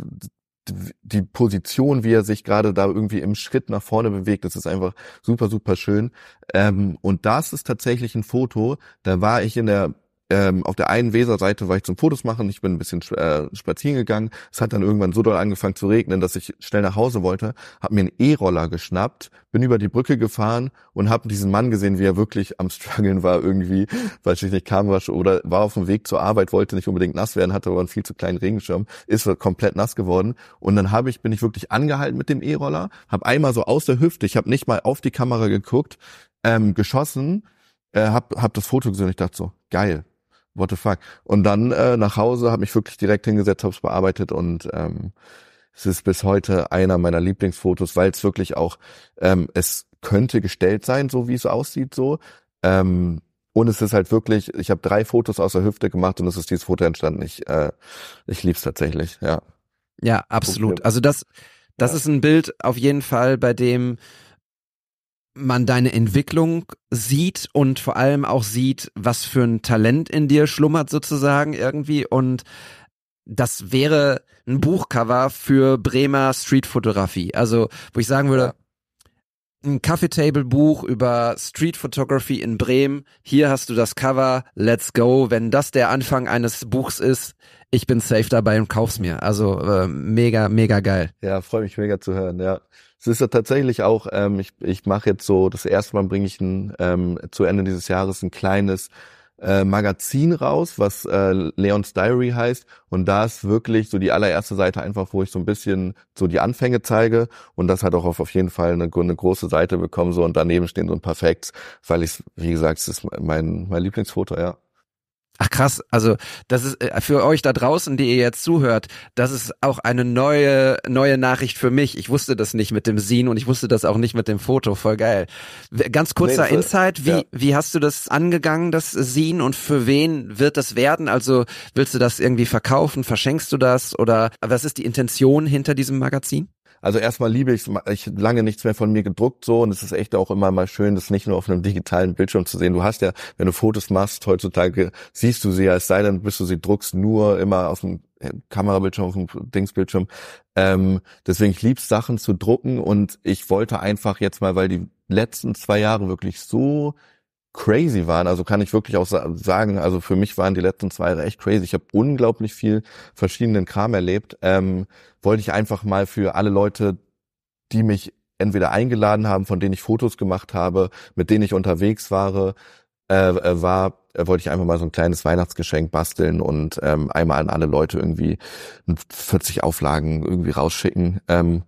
die Position, wie er sich gerade da irgendwie im Schritt nach vorne bewegt, das ist einfach super, super schön. Ähm, und das ist tatsächlich ein Foto, da war ich in der, ähm, auf der einen Weserseite war ich zum Fotos machen, ich bin ein bisschen äh, spazieren gegangen, es hat dann irgendwann so doll angefangen zu regnen, dass ich schnell nach Hause wollte, habe mir einen E-Roller geschnappt, bin über die Brücke gefahren und habe diesen Mann gesehen, wie er wirklich am struggeln war irgendwie, weil ich nicht kam oder war auf dem Weg zur Arbeit, wollte nicht unbedingt nass werden, hatte aber einen viel zu kleinen Regenschirm, ist komplett nass geworden und dann habe ich bin ich wirklich angehalten mit dem E-Roller, habe einmal so aus der Hüfte, ich habe nicht mal auf die Kamera geguckt, ähm, geschossen, äh, hab hab das Foto gesehen und ich dachte so, geil. What the fuck? Und dann äh, nach Hause, habe mich wirklich direkt hingesetzt, habe es bearbeitet und ähm, es ist bis heute einer meiner Lieblingsfotos, weil es wirklich auch, ähm, es könnte gestellt sein, so wie es aussieht, so. Ähm, und es ist halt wirklich, ich habe drei Fotos aus der Hüfte gemacht und es ist dieses Foto entstanden. Ich, äh, ich lieb's tatsächlich, ja. Ja, absolut. Also das, das ja. ist ein Bild auf jeden Fall, bei dem man deine Entwicklung sieht und vor allem auch sieht, was für ein Talent in dir schlummert sozusagen irgendwie, und das wäre ein Buchcover für Bremer Streetfotografie. Also, wo ich sagen würde, ja. ein Coffee-Table-Buch über Street Photography in Bremen, hier hast du das Cover, let's go. Wenn das der Anfang eines Buchs ist, ich bin safe dabei und kauf's mir. Also äh, mega, mega geil. Ja, freue mich mega zu hören, ja. Es ist ja tatsächlich auch, ähm, ich, ich mache jetzt so, das erste Mal bringe ich ein, ähm, zu Ende dieses Jahres ein kleines äh, Magazin raus, was äh, Leon's Diary heißt, und da ist wirklich so die allererste Seite einfach, wo ich so ein bisschen so die Anfänge zeige, und das hat auch auf, auf jeden Fall eine, eine große Seite bekommen, so, und daneben stehen so ein paar Facts, weil ich, wie gesagt, es ist mein, mein Lieblingsfoto, ja. Ach krass, also das ist für euch da draußen, die ihr jetzt zuhört, das ist auch eine neue neue Nachricht für mich. Ich wusste das nicht mit dem Zine und ich wusste das auch nicht mit dem Foto, voll geil. Ganz kurzer nee, Insight, wie ja. wie hast du das angegangen, das Zine, und für wen wird das werden? Also willst du das irgendwie verkaufen, verschenkst du das, oder was ist die Intention hinter diesem Magazin? Also erstmal liebe ich, ich lange nichts mehr von mir gedruckt, so, und es ist echt auch immer mal schön, das nicht nur auf einem digitalen Bildschirm zu sehen. Du hast ja, wenn du Fotos machst, heutzutage siehst du sie ja, es sei denn, bis du sie druckst, nur immer auf dem Kamerabildschirm, auf dem Dingsbildschirm. Ähm, deswegen, ich lieb's, Sachen zu drucken, und ich wollte einfach jetzt mal, weil die letzten zwei Jahre wirklich so crazy waren, also kann ich wirklich auch sagen, also für mich waren die letzten zwei Jahre echt crazy. Ich habe unglaublich viel verschiedenen Kram erlebt. Ähm, wollte ich einfach mal für alle Leute, die mich entweder eingeladen haben, von denen ich Fotos gemacht habe, mit denen ich unterwegs war, äh, war, äh, wollte ich einfach mal so ein kleines Weihnachtsgeschenk basteln und ähm, einmal an alle Leute irgendwie vierzig Auflagen irgendwie rausschicken. Ähm,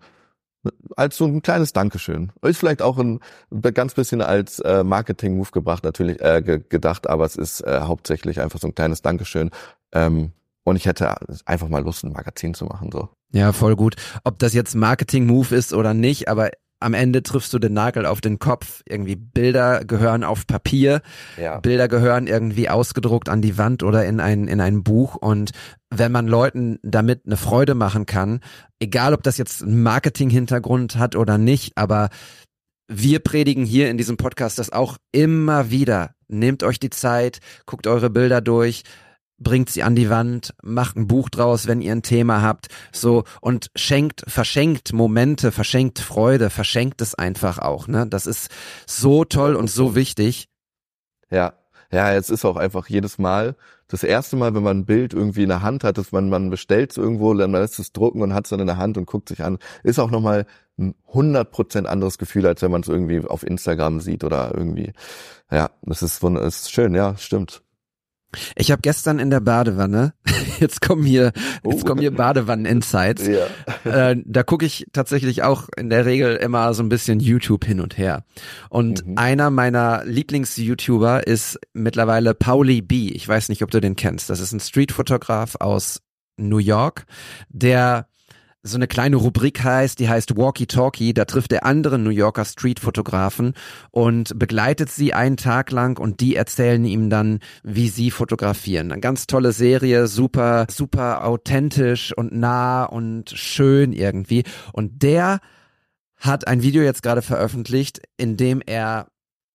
als so ein kleines Dankeschön. Ist vielleicht auch ein ganz bisschen als äh, Marketing-Move gebracht, natürlich äh, ge- gedacht, aber es ist äh, hauptsächlich einfach so ein kleines Dankeschön. Ähm, und ich hätte einfach mal Lust, ein Magazin zu machen, so. Ja, voll gut. Ob das jetzt Marketing-Move ist oder nicht, aber am Ende triffst du den Nagel auf den Kopf. Irgendwie Bilder gehören auf Papier, Ja. Bilder gehören irgendwie ausgedruckt an die Wand oder in ein, in ein Buch. Und wenn man Leuten damit eine Freude machen kann, egal ob das jetzt einen Marketing-Hintergrund hat oder nicht, aber wir predigen hier in diesem Podcast das auch immer wieder. Nehmt euch die Zeit, guckt eure Bilder durch, bringt sie an die Wand, macht ein Buch draus, wenn ihr ein Thema habt, so, und schenkt, verschenkt Momente, verschenkt Freude, verschenkt es einfach auch, ne? Das ist so toll und so wichtig. Ja, ja, es ist auch einfach jedes Mal, das erste Mal, wenn man ein Bild irgendwie in der Hand hat, dass man, man bestellt es irgendwo, dann lässt es drucken und hat es dann in der Hand und guckt sich an, ist auch nochmal ein hundert Prozent anderes Gefühl, als wenn man es irgendwie auf Instagram sieht oder irgendwie, ja, das ist, das ist schön, ja, stimmt. Ich habe gestern in der Badewanne, jetzt kommen hier, jetzt Oh. kommen hier Badewannen-Insights. Ja. Äh, da gucke ich tatsächlich auch in der Regel immer so ein bisschen YouTube hin und her. Und Mhm. einer meiner Lieblings-YouTuber ist mittlerweile Pauly B. Ich weiß nicht, ob du den kennst. Das ist ein Streetfotograf aus New York, der so eine kleine Rubrik heißt, die heißt Walkie Talkie. Da trifft er andere New Yorker Street-Fotografen und begleitet sie einen Tag lang und die erzählen ihm dann, wie sie fotografieren. Eine ganz tolle Serie, super, super authentisch und nah und schön irgendwie. Und der hat ein Video jetzt gerade veröffentlicht, in dem er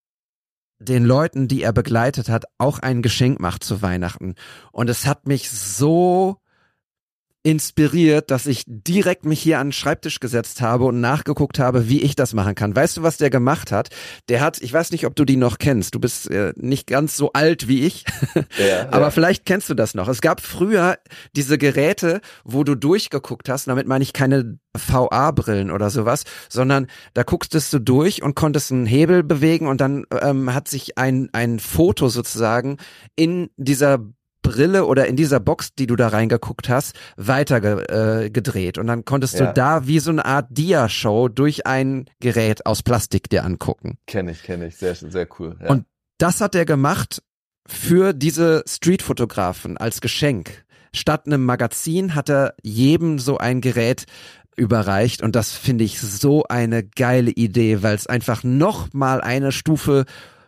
den Leuten, die er begleitet hat, auch ein Geschenk macht zu Weihnachten. Und es hat mich so inspiriert, dass ich direkt mich hier an den Schreibtisch gesetzt habe und nachgeguckt habe, wie ich das machen kann. Weißt du, was der gemacht hat? Der hat, ich weiß nicht, ob du die noch kennst, du bist äh, nicht ganz so alt wie ich, Ja, aber ja. vielleicht kennst du das noch. Es gab früher diese Geräte, wo du durchgeguckt hast, damit meine ich keine V R-Brillen oder sowas, sondern da guckstest du durch und konntest einen Hebel bewegen und dann ähm, hat sich ein, ein Foto sozusagen in dieser Brille oder in dieser Box, die du da reingeguckt hast, weiter ge, äh, gedreht. Und dann konntest Ja. du da wie so eine Art Dia-Show durch ein Gerät aus Plastik dir angucken. Kenne ich, kenne ich, sehr, sehr cool. Ja. Und das hat er gemacht für diese Streetfotografen als Geschenk. Statt einem Magazin hat er jedem so ein Gerät überreicht und das finde ich so eine geile Idee, weil es einfach noch mal eine Stufe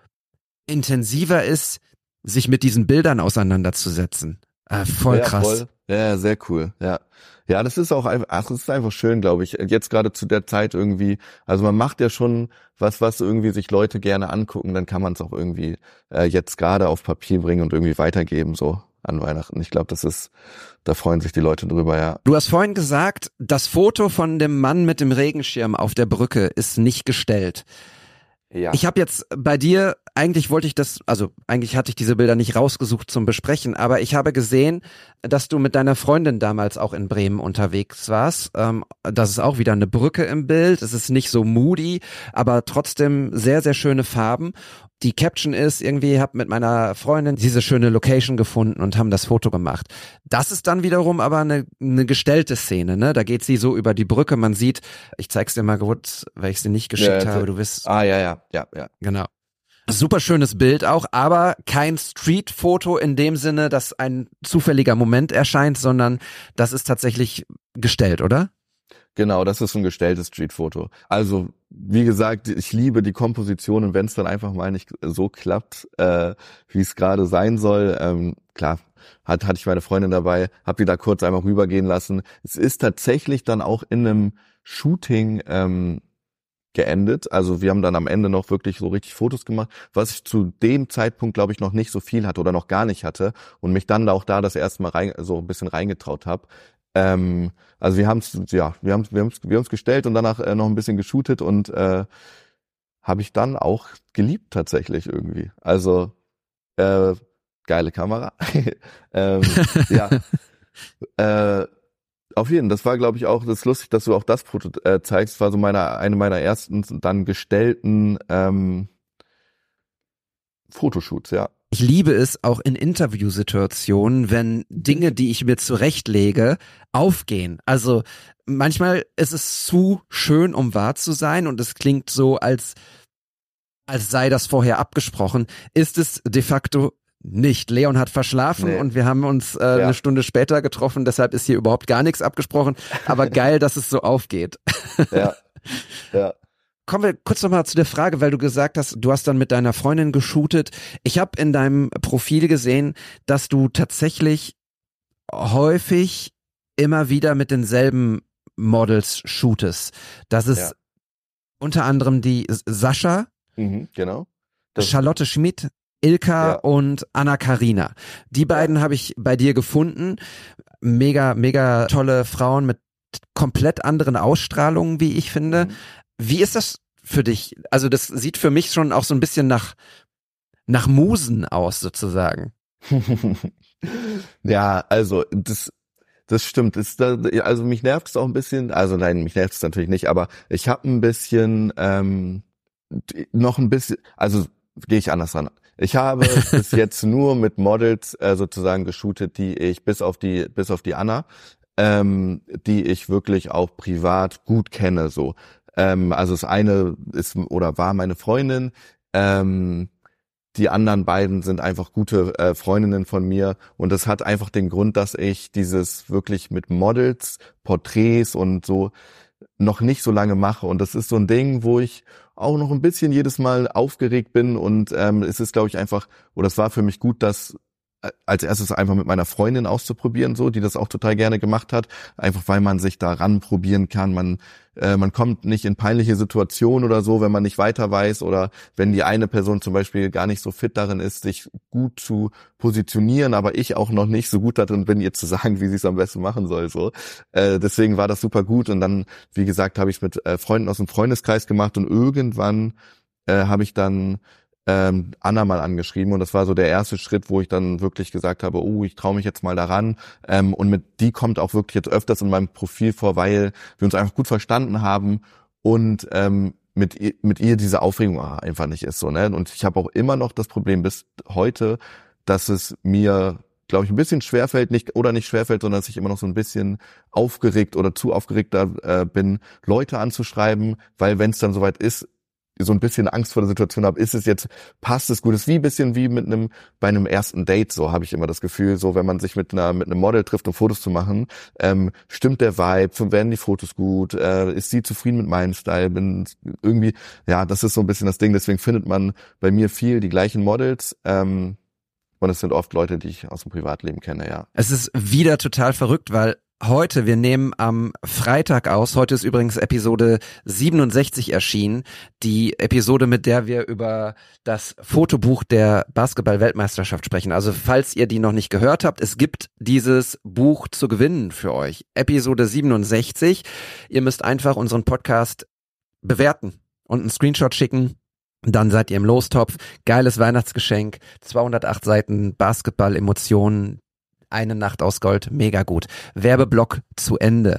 intensiver ist, sich mit diesen Bildern auseinanderzusetzen. Äh, voll ja, krass. Voll. Ja, sehr cool. Ja, ja, das ist auch einfach, ach, das ist einfach schön, glaube ich. Jetzt gerade zu der Zeit irgendwie. Also man macht ja schon was, was irgendwie sich Leute gerne angucken. Dann kann man es auch irgendwie äh, jetzt gerade auf Papier bringen und irgendwie weitergeben so an Weihnachten. Ich glaube, das ist, da freuen sich die Leute drüber. Ja. Du hast vorhin gesagt, das Foto von dem Mann mit dem Regenschirm auf der Brücke ist nicht gestellt. Ja. Ich habe jetzt bei dir, eigentlich wollte ich das, also eigentlich hatte ich diese Bilder nicht rausgesucht zum Besprechen, aber ich habe gesehen, dass du mit deiner Freundin damals auch in Bremen unterwegs warst. Ähm, das ist auch wieder eine Brücke im Bild, es ist nicht so moody, aber trotzdem sehr, sehr schöne Farben. Die Caption ist irgendwie, hab mit meiner Freundin diese schöne Location gefunden und haben das Foto gemacht. Das ist dann wiederum aber eine, eine gestellte Szene, ne? Da geht sie so über die Brücke, man sieht, ich zeig's dir mal kurz, weil ich sie nicht geschickt Ja, habe, du wirst, Ah, ja, ja, ja, ja. genau. Super schönes Bild auch, aber kein Street-Foto in dem Sinne, dass ein zufälliger Moment erscheint, sondern das ist tatsächlich gestellt, oder? Genau, das ist ein gestelltes Streetfoto. Also, wie gesagt, ich liebe die Komposition und wenn es dann einfach mal nicht so klappt, äh, wie es gerade sein soll, ähm, klar, hat, hatte ich meine Freundin dabei, hab die da kurz einmal rübergehen lassen. Es ist tatsächlich dann auch in einem Shooting ähm, geendet. Also wir haben dann am Ende noch wirklich so richtig Fotos gemacht, was ich zu dem Zeitpunkt, glaube ich, noch nicht so viel hatte oder noch gar nicht hatte und mich dann auch da das erste Mal rein, so ein bisschen reingetraut habe. Ähm, also wir haben es, ja, wir haben wir haben's, wir haben's gestellt und danach äh, noch ein bisschen geshootet und äh, habe ich dann auch geliebt tatsächlich irgendwie. Also äh, geile Kamera. ähm, ja. äh, Auf jeden Fall, das war, glaube ich, auch, das ist lustig, dass du auch das Foto äh, zeigst, das war so meine, eine meiner ersten dann gestellten ähm, Fotoshoots, ja. Ich liebe es auch in Interviewsituationen, wenn Dinge, die ich mir zurechtlege, aufgehen. Also manchmal ist es zu schön, um wahr zu sein und es klingt so, als, als sei das vorher abgesprochen. Ist es de facto nicht. Leon hat verschlafen Nee. und wir haben uns äh, Ja. eine Stunde später getroffen, deshalb ist hier überhaupt gar nichts abgesprochen. Aber geil, dass es so aufgeht. Ja, ja. kommen wir kurz nochmal zu der Frage, weil du gesagt hast, du hast dann mit deiner Freundin geshootet. Ich habe in deinem Profil gesehen, dass du tatsächlich häufig immer wieder mit denselben Models shootest. Das ist Ja. unter anderem die Sascha, Mhm, genau. Das, Charlotte Schmidt, Ilka Ja. und Anna Karina. Die beiden habe ich bei dir gefunden. Mega, mega tolle Frauen mit komplett anderen Ausstrahlungen, wie ich finde. Mhm. Wie ist das für dich? Also das sieht für mich schon auch so ein bisschen nach, nach Musen aus, sozusagen. Ja, also das das stimmt. Das, also mich nervt es auch ein bisschen. Also nein, mich nervt es natürlich nicht, aber ich habe ein bisschen ähm, noch ein bisschen. Also gehe ich anders ran. Ich habe bis jetzt nur mit Models äh, sozusagen geshootet, die ich bis auf die bis auf die Anna, ähm, die ich wirklich auch privat gut kenne. So, ähm, also das eine ist oder war meine Freundin. Ähm, Die anderen beiden sind einfach gute äh, Freundinnen von mir und das hat einfach den Grund, dass ich dieses wirklich mit Models, Porträts und so noch nicht so lange mache und das ist so ein Ding, wo ich auch noch ein bisschen jedes Mal aufgeregt bin und ähm, es ist, glaube ich, einfach, oder es war für mich gut, das als erstes einfach mit meiner Freundin auszuprobieren, so, die das auch total gerne gemacht hat, einfach weil man sich da ranprobieren kann, man äh, man kommt nicht in peinliche Situationen oder so, wenn man nicht weiter weiß oder wenn die eine Person zum Beispiel gar nicht so fit darin ist, sich gut zu positionieren, aber ich auch noch nicht so gut darin bin, ihr zu sagen, wie sie es am besten machen soll, so. Äh, deswegen war das super gut und dann, wie gesagt, habe ich es mit äh, Freunden aus dem Freundeskreis gemacht und irgendwann äh, habe ich dann ähm, Anna mal angeschrieben und das war so der erste Schritt, wo ich dann wirklich gesagt habe, oh, ich traue mich jetzt mal daran ähm, und mit die kommt auch wirklich jetzt öfters in meinem Profil vor, weil wir uns einfach gut verstanden haben und ähm, mit ihr, mit ihr diese Aufregung einfach nicht ist so, ne? Und ich habe auch immer noch das Problem bis heute, dass es mir, glaube ich, ein bisschen schwerfällt, nicht oder nicht schwerfällt, sondern dass ich immer noch so ein bisschen aufgeregt oder zu aufgeregt da, äh, bin, Leute anzuschreiben, weil wenn es dann soweit ist, so ein bisschen Angst vor der Situation habe, ist es jetzt, passt es gut, ist wie ein bisschen wie mit einem, bei einem ersten Date, so habe ich immer das Gefühl, so wenn man sich mit einer, mit einem Model trifft, um Fotos zu machen, ähm, stimmt der Vibe, werden die Fotos gut, äh, ist sie zufrieden mit meinem Style, bin irgendwie, ja, das ist so ein bisschen das Ding, deswegen findet man bei mir viel die gleichen Models, ähm, und es sind oft Leute, die ich aus dem Privatleben kenne, ja. Es ist wieder total verrückt, weil heute, wir nehmen am Freitag aus, heute ist übrigens Episode siebenundsechzig erschienen, die Episode, mit der wir über das Fotobuch der Basketball-Weltmeisterschaft sprechen. Also falls ihr die noch nicht gehört habt, es gibt dieses Buch zu gewinnen für euch. Episode siebenundsechzig. Ihr müsst einfach unseren Podcast bewerten und einen Screenshot schicken. Dann seid ihr im Lostopf. Geiles Weihnachtsgeschenk. zweihundertacht Seiten Basketball-Emotionen. Eine Nacht aus Gold, mega gut. Werbeblock zu Ende.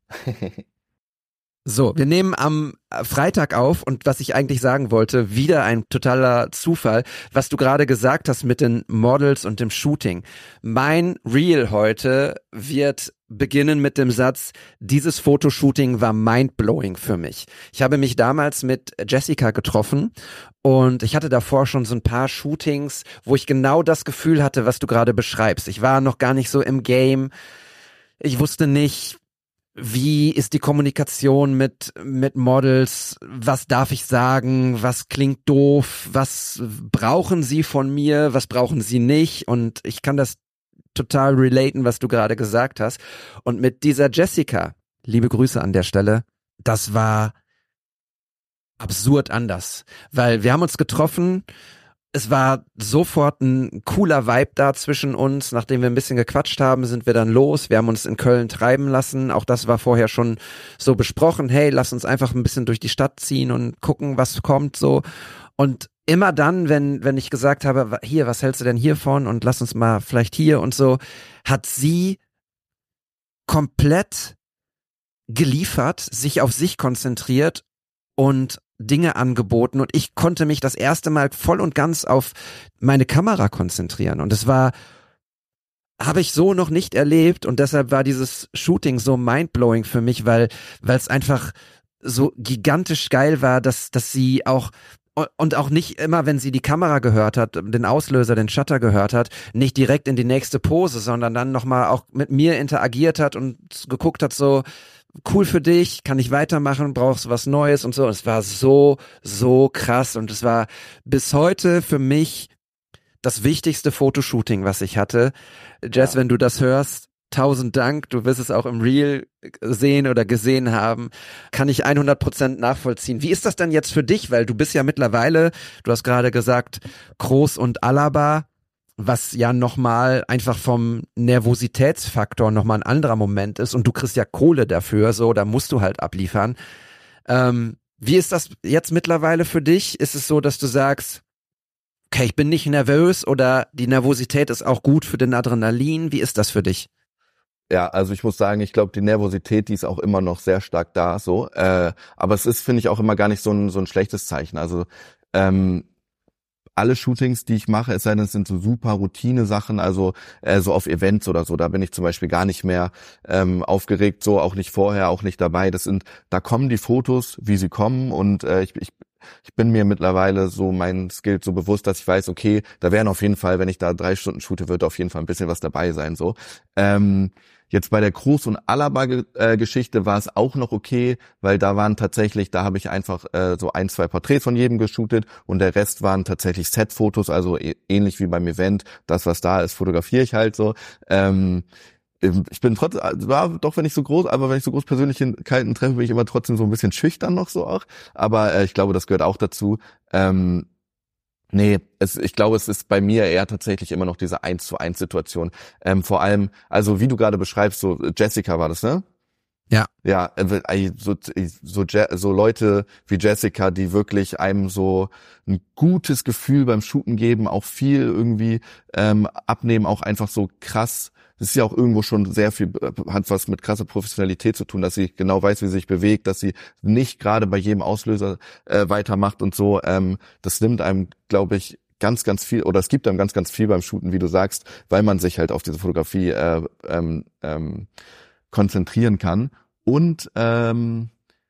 So, wir nehmen am Freitag auf und was ich eigentlich sagen wollte, wieder ein totaler Zufall, was du gerade gesagt hast mit den Models und dem Shooting. Mein Reel heute wird beginnen mit dem Satz, dieses Fotoshooting war mindblowing für mich. Ich habe mich damals mit Jessica getroffen und ich hatte davor schon so ein paar Shootings, wo ich genau das Gefühl hatte, was du gerade beschreibst. Ich war noch gar nicht so im Game. Ich wusste nicht, wie ist die Kommunikation mit mit Models, was darf ich sagen, was klingt doof, was brauchen sie von mir, was brauchen sie nicht, und ich kann das total relaten, was du gerade gesagt hast. Und mit dieser Jessica, liebe Grüße an der Stelle, das war absurd anders, weil wir haben uns getroffen, es war sofort ein cooler Vibe da zwischen uns. Nachdem wir ein bisschen gequatscht haben, sind wir dann los. Wir haben uns in Köln treiben lassen. Auch das war vorher schon so besprochen. Hey, lass uns einfach ein bisschen durch die Stadt ziehen und gucken, was kommt so. Und immer dann, wenn wenn ich gesagt habe, hier, was hältst du denn hiervon und lass uns mal vielleicht hier und so, hat sie komplett geliefert, sich auf sich konzentriert und Dinge angeboten, und ich konnte mich das erste Mal voll und ganz auf meine Kamera konzentrieren, und es war, habe ich so noch nicht erlebt, und deshalb war dieses Shooting so mindblowing für mich, weil weil es einfach so gigantisch geil war, dass dass sie auch, und auch nicht immer, wenn sie die Kamera gehört hat, den Auslöser, den Shutter gehört hat, nicht direkt in die nächste Pose, sondern dann nochmal auch mit mir interagiert hat und geguckt hat so, cool für dich, kann ich weitermachen, brauchst du was Neues und so. Und es war so, so krass und es war bis heute für mich das wichtigste Fotoshooting, was ich hatte. Jess, ja. Wenn du das hörst, tausend Dank, du wirst es auch im Reel sehen oder gesehen haben, kann ich hundert Prozent nachvollziehen. Wie ist das denn jetzt für dich? Weil du bist ja mittlerweile, du hast gerade gesagt, Kroos und Alaba, was ja nochmal einfach vom Nervositätsfaktor nochmal ein anderer Moment ist und du kriegst ja Kohle dafür, so, da musst du halt abliefern. Ähm, wie ist das jetzt mittlerweile für dich? Ist es so, dass du sagst, okay, ich bin nicht nervös oder die Nervosität ist auch gut für den Adrenalin? Wie ist das für dich? Ja, also ich muss sagen, ich glaube, die Nervosität, die ist auch immer noch sehr stark da, so. Äh, aber es ist, finde ich, auch immer gar nicht so ein so ein schlechtes Zeichen. Also ähm, alle Shootings, die ich mache, es sei denn, es sind so super Routine-Sachen, also äh, so auf Events oder so, da bin ich zum Beispiel gar nicht mehr ähm, aufgeregt, so auch nicht vorher, auch nicht dabei. Das sind, da kommen die Fotos, wie sie kommen und äh, ich, ich Ich bin mir mittlerweile so mein Skill so bewusst, dass ich weiß, okay, da werden auf jeden Fall, wenn ich da drei Stunden shoote, wird auf jeden Fall ein bisschen was dabei sein. So. Ähm, jetzt bei der Kroos und Alaba-Geschichte war es auch noch okay, weil da waren tatsächlich, da habe ich einfach äh, so ein, zwei Porträts von jedem geshootet und der Rest waren tatsächlich Set-Fotos, also ä- ähnlich wie beim Event. Das, was da ist, fotografiere ich halt so. Ähm, Ich bin trotzdem, war doch wenn ich so groß, aber wenn ich so groß Persönlichkeiten treffe, bin ich immer trotzdem so ein bisschen schüchtern noch so auch. Aber äh, ich glaube, das gehört auch dazu. Ähm, nee, es, ich glaube, es ist bei mir eher tatsächlich immer noch diese eins zu eins Situation. Ähm, vor allem, also wie du gerade beschreibst, so Jessica war das, ne? Ja. Ja, äh, so, so, so Leute wie Jessica, die wirklich einem so ein gutes Gefühl beim Shooten geben, auch viel irgendwie ähm, abnehmen, auch einfach so krass. Das ist ja auch irgendwo schon sehr viel, hat was mit krasser Professionalität zu tun, dass sie genau weiß, wie sie sich bewegt, dass sie nicht gerade bei jedem Auslöser äh, weitermacht und so. Ähm, das nimmt einem, glaube ich, ganz, ganz viel, oder es gibt einem ganz, ganz viel beim Shooten, wie du sagst, weil man sich halt auf diese Fotografie äh, ähm, ähm, konzentrieren kann. Und ähm,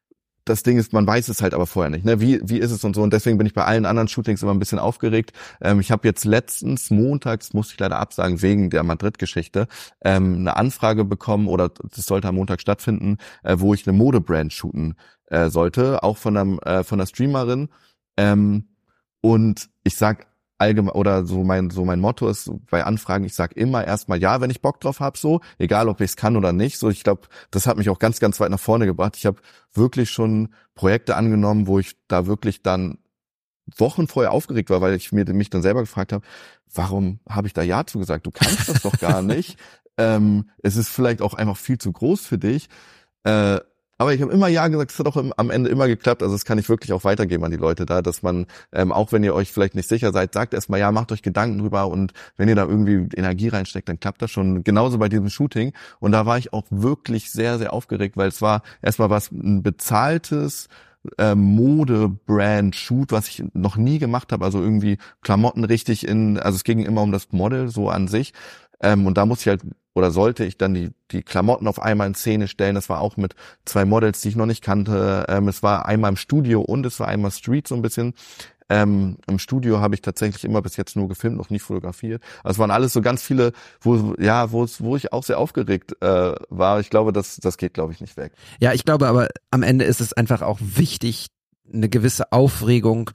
das Ding ist, man weiß es halt aber vorher nicht, ne? Wie wie ist es und so. Und deswegen bin ich bei allen anderen Shootings immer ein bisschen aufgeregt. Ähm, ich habe jetzt letztens, montags, musste ich leider absagen, wegen der Madrid-Geschichte, ähm, eine Anfrage bekommen, oder das sollte am Montag stattfinden, äh, wo ich eine Modebrand shooten äh, sollte, auch von einem äh, von einer Streamerin. Ähm, und ich sag allgemein, oder so mein so mein Motto ist bei Anfragen, ich sag immer erstmal ja, wenn ich Bock drauf hab, so, egal ob ich es kann oder nicht. So, ich glaube, das hat mich auch ganz, ganz weit nach vorne gebracht. Ich habe wirklich schon Projekte angenommen, wo ich da wirklich dann Wochen vorher aufgeregt war, weil ich mir mich dann selber gefragt habe, warum habe ich da ja zugesagt? Du kannst das doch gar nicht. ähm, es ist vielleicht auch einfach viel zu groß für dich. Äh, Aber ich habe immer ja gesagt, es hat auch im, am Ende immer geklappt. Also das kann ich wirklich auch weitergeben an die Leute da, dass man, ähm, auch wenn ihr euch vielleicht nicht sicher seid, sagt erstmal, ja, macht euch Gedanken drüber, und wenn ihr da irgendwie Energie reinsteckt, dann klappt das schon. Genauso bei diesem Shooting. Und da war ich auch wirklich sehr, sehr aufgeregt, weil es war erstmal was ein bezahltes äh, Mode-Brand-Shoot, was ich noch nie gemacht habe. Also irgendwie Klamotten richtig in, also es ging immer um das Model so an sich. Ähm, und da musste ich halt, oder sollte ich dann die die Klamotten auf einmal in Szene stellen. Das war auch mit zwei Models, die ich noch nicht kannte. Ähm, es war einmal im Studio und es war einmal Street so ein bisschen. Ähm, Im Studio habe ich tatsächlich immer bis jetzt nur gefilmt, noch nicht fotografiert. Also es waren alles so ganz viele, wo ja, wo wo ich auch sehr aufgeregt äh, war. Ich glaube, das das geht, glaube ich, nicht weg. Ja, ich glaube aber am Ende ist es einfach auch wichtig, eine gewisse Aufregung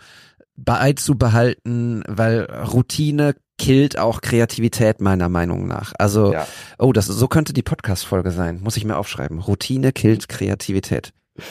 beizubehalten, weil Routine killt auch Kreativität meiner Meinung nach. Also, ja. oh, das so könnte die Podcast-Folge sein. Muss ich mir aufschreiben. Routine killt Kreativität.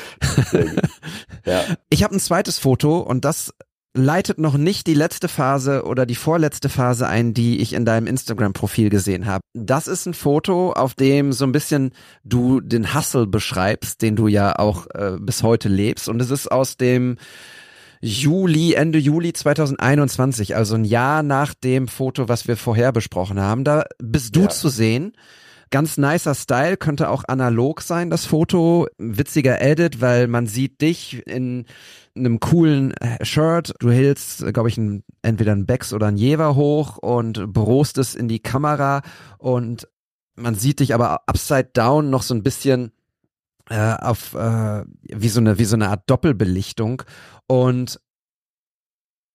Ja. Ich habe ein zweites Foto und das leitet noch nicht die letzte Phase oder die vorletzte Phase ein, die ich in deinem Instagram-Profil gesehen habe. Das ist ein Foto, auf dem so ein bisschen du den Hustle beschreibst, den du ja auch äh, bis heute lebst. Und es ist aus dem Juli, Ende Juli zweitausendeinundzwanzig, also ein Jahr nach dem Foto, was wir vorher besprochen haben. Da bist du ja zu sehen. Ganz nicer Style, könnte auch analog sein, das Foto. Witziger Edit, weil man sieht dich in einem coolen Shirt. Du hältst, glaube ich, ein, entweder ein Becks oder ein Jever hoch und brostest in die Kamera. Und man sieht dich aber upside down noch so ein bisschen äh, auf äh, wie so eine wie so eine Art Doppelbelichtung. Und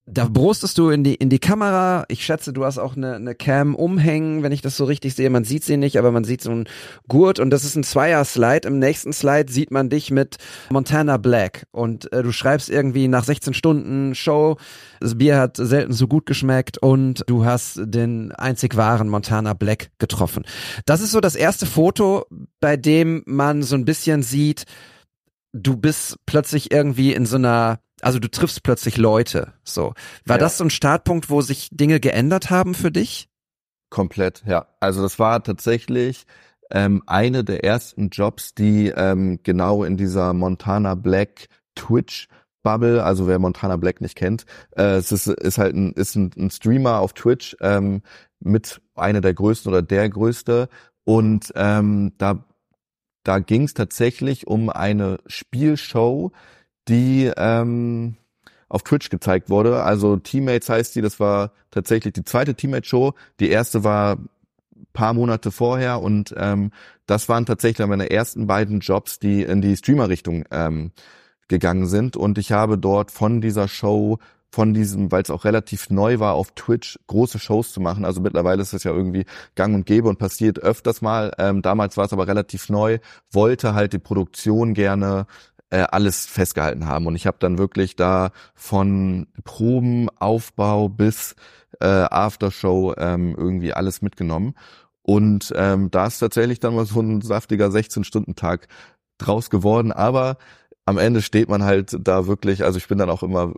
Da brustest du in die in die Kamera. Ich schätze, du hast auch eine, eine Cam umhängen, wenn ich das so richtig sehe. Man sieht sie nicht, aber man sieht so einen Gurt und das ist ein Zweier-Slide. Im nächsten Slide sieht man dich mit Montana Black und äh, du schreibst irgendwie nach sechzehn Stunden Show, das Bier hat selten so gut geschmeckt und du hast den einzig wahren Montana Black getroffen. Das ist so das erste Foto, bei dem man so ein bisschen sieht, du bist plötzlich irgendwie in so einer, also du triffst plötzlich Leute, so. War Ja. das so ein Startpunkt, wo sich Dinge geändert haben für dich? Komplett, ja. Also das war tatsächlich ähm, eine der ersten Jobs, die ähm, genau in dieser Montana Black Twitch Bubble, also wer Montana Black nicht kennt, äh, es ist, ist halt ein, ist ein, ein Streamer auf Twitch, ähm, mit einer der größten oder der größte und ähm, da da ging es tatsächlich um eine Spielshow, die ähm, auf Twitch gezeigt wurde. Also Teammates heißt die, das war tatsächlich die zweite Teammate-Show. Die erste war ein paar Monate vorher und ähm, das waren tatsächlich meine ersten beiden Jobs, die in die Streamer-Richtung ähm, gegangen sind. Und ich habe dort von dieser Show, von diesem, weil es auch relativ neu war, auf Twitch große Shows zu machen. Also mittlerweile ist es ja irgendwie gang und gäbe und passiert öfters mal. Ähm, damals war es aber relativ neu, wollte halt die Produktion gerne äh, alles festgehalten haben. Und ich habe dann wirklich da von Proben, Aufbau bis äh, Aftershow ähm, irgendwie alles mitgenommen. Und ähm, da ist tatsächlich dann mal so ein saftiger sechzehn-Stunden-Tag draus geworden. Aber am Ende steht man halt da wirklich, also ich bin dann auch immer,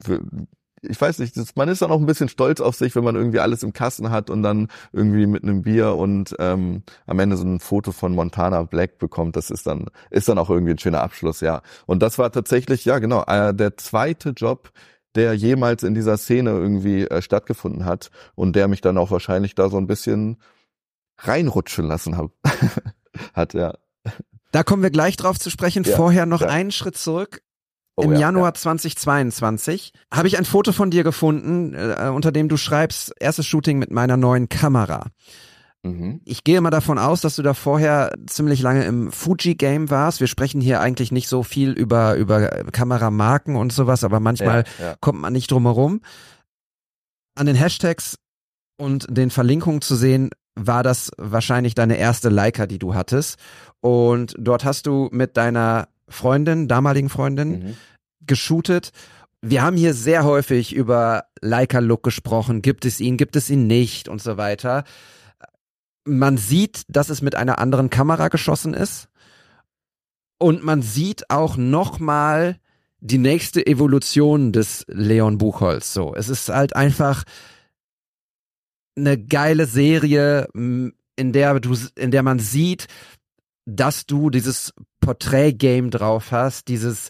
ich weiß nicht, das, man ist dann auch ein bisschen stolz auf sich, wenn man irgendwie alles im Kasten hat und dann irgendwie mit einem Bier und ähm, am Ende so ein Foto von Montana Black bekommt. Das ist dann ist dann auch irgendwie ein schöner Abschluss, ja. Und das war tatsächlich, ja genau, äh, der zweite Job, der jemals in dieser Szene irgendwie äh, stattgefunden hat und der mich dann auch wahrscheinlich da so ein bisschen reinrutschen lassen hab, hat, ja. Da kommen wir gleich drauf zu sprechen. Ja, Vorher noch ja. einen Schritt zurück. Oh, Im ja, Januar ja. zweitausendzweiundzwanzig habe ich ein Foto von dir gefunden, äh, unter dem du schreibst, erstes Shooting mit meiner neuen Kamera. Mhm. Ich gehe mal davon aus, dass du da vorher ziemlich lange im Fuji-Game warst. Wir sprechen hier eigentlich nicht so viel über, über Kameramarken und sowas, aber manchmal Ja, ja. kommt man nicht drum herum. An den Hashtags und den Verlinkungen zu sehen, war das wahrscheinlich deine erste Leica, die du hattest. Und dort hast du mit deiner Freundin, damaligen Freundin, Mhm. geshootet. Wir haben hier sehr häufig über Leica-Look gesprochen. Gibt es ihn, gibt es ihn nicht und so weiter. Man sieht, dass es mit einer anderen Kamera geschossen ist. Und man sieht auch nochmal die nächste Evolution des Leon Buchholz. So, es ist halt einfach eine geile Serie, in der du, in der man sieht, dass du dieses Porträt-Game drauf hast, dieses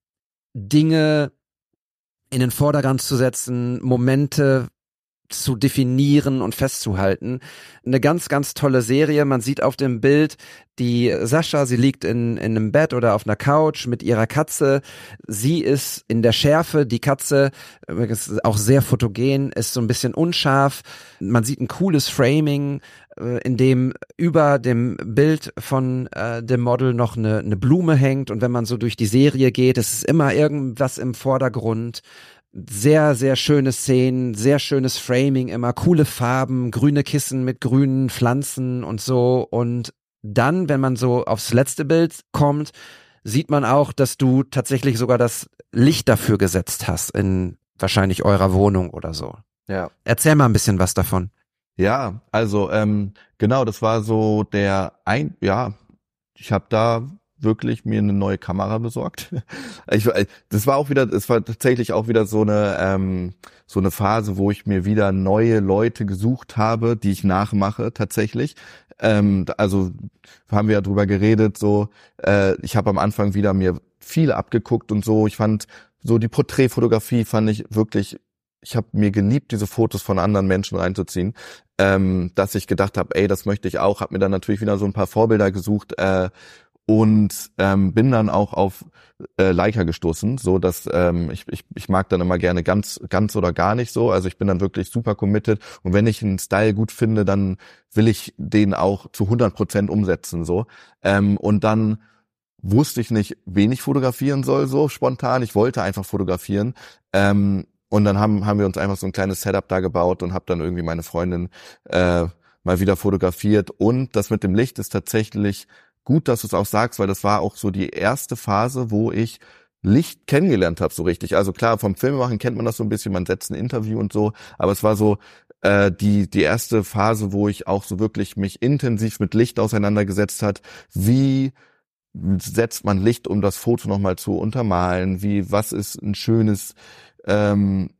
Dinge in den Vordergrund zu setzen, Momente zu definieren und festzuhalten. Eine ganz, ganz tolle Serie. Man sieht auf dem Bild die Sascha, sie liegt in, in einem Bett oder auf einer Couch mit ihrer Katze. Sie ist in der Schärfe, die Katze ist auch sehr fotogen, ist so ein bisschen unscharf. Man sieht ein cooles Framing, in dem über dem Bild von äh, dem Model noch eine, eine Blume hängt. Und wenn man so durch die Serie geht, es ist immer irgendwas im Vordergrund. Sehr, sehr schöne Szenen, sehr schönes Framing, immer coole Farben, grüne Kissen mit grünen Pflanzen und so. Und dann, wenn man so aufs letzte Bild kommt, sieht man auch, dass du tatsächlich sogar das Licht dafür gesetzt hast in wahrscheinlich eurer Wohnung oder so. Ja. Erzähl mal ein bisschen was davon. Ja, also ähm, genau, das war so der ein, ja, ich habe da wirklich mir eine neue Kamera besorgt. Ich, das war auch wieder, es war tatsächlich auch wieder so eine ähm, so eine Phase, wo ich mir wieder neue Leute gesucht habe, die ich nachmache tatsächlich. Ähm, also haben wir ja drüber geredet. So, äh, ich habe am Anfang wieder mir viel abgeguckt und so. Ich fand so die Porträtfotografie fand ich wirklich. Ich habe mir geliebt, diese Fotos von anderen Menschen reinzuziehen, ähm, dass ich gedacht habe, ey, das möchte ich auch. Habe mir dann natürlich wieder so ein paar Vorbilder gesucht. Äh, Und ähm, bin dann auch auf äh, Leica gestoßen, so dass ähm, ich, ich ich mag dann immer gerne ganz ganz oder gar nicht so. Also ich bin dann wirklich super committed und wenn ich einen Style gut finde, dann will ich den auch zu hundert Prozent umsetzen so. Ähm, und dann wusste ich nicht, wen ich fotografieren soll, so spontan. Ich wollte einfach fotografieren. Ähm, und dann haben haben wir uns einfach so ein kleines Setup da gebaut und habe dann irgendwie meine Freundin äh, mal wieder fotografiert. Und das mit dem Licht ist tatsächlich gut, dass du es auch sagst, weil das war auch so die erste Phase, wo ich Licht kennengelernt habe so richtig. Also klar, vom Filmemachen kennt man das so ein bisschen, man setzt ein Interview und so, aber es war so äh, die die erste Phase, wo ich auch so wirklich mich intensiv mit Licht auseinandergesetzt hat. Wie setzt man Licht, um das Foto nochmal zu untermalen? Wie, was ist ein schönes, ähm,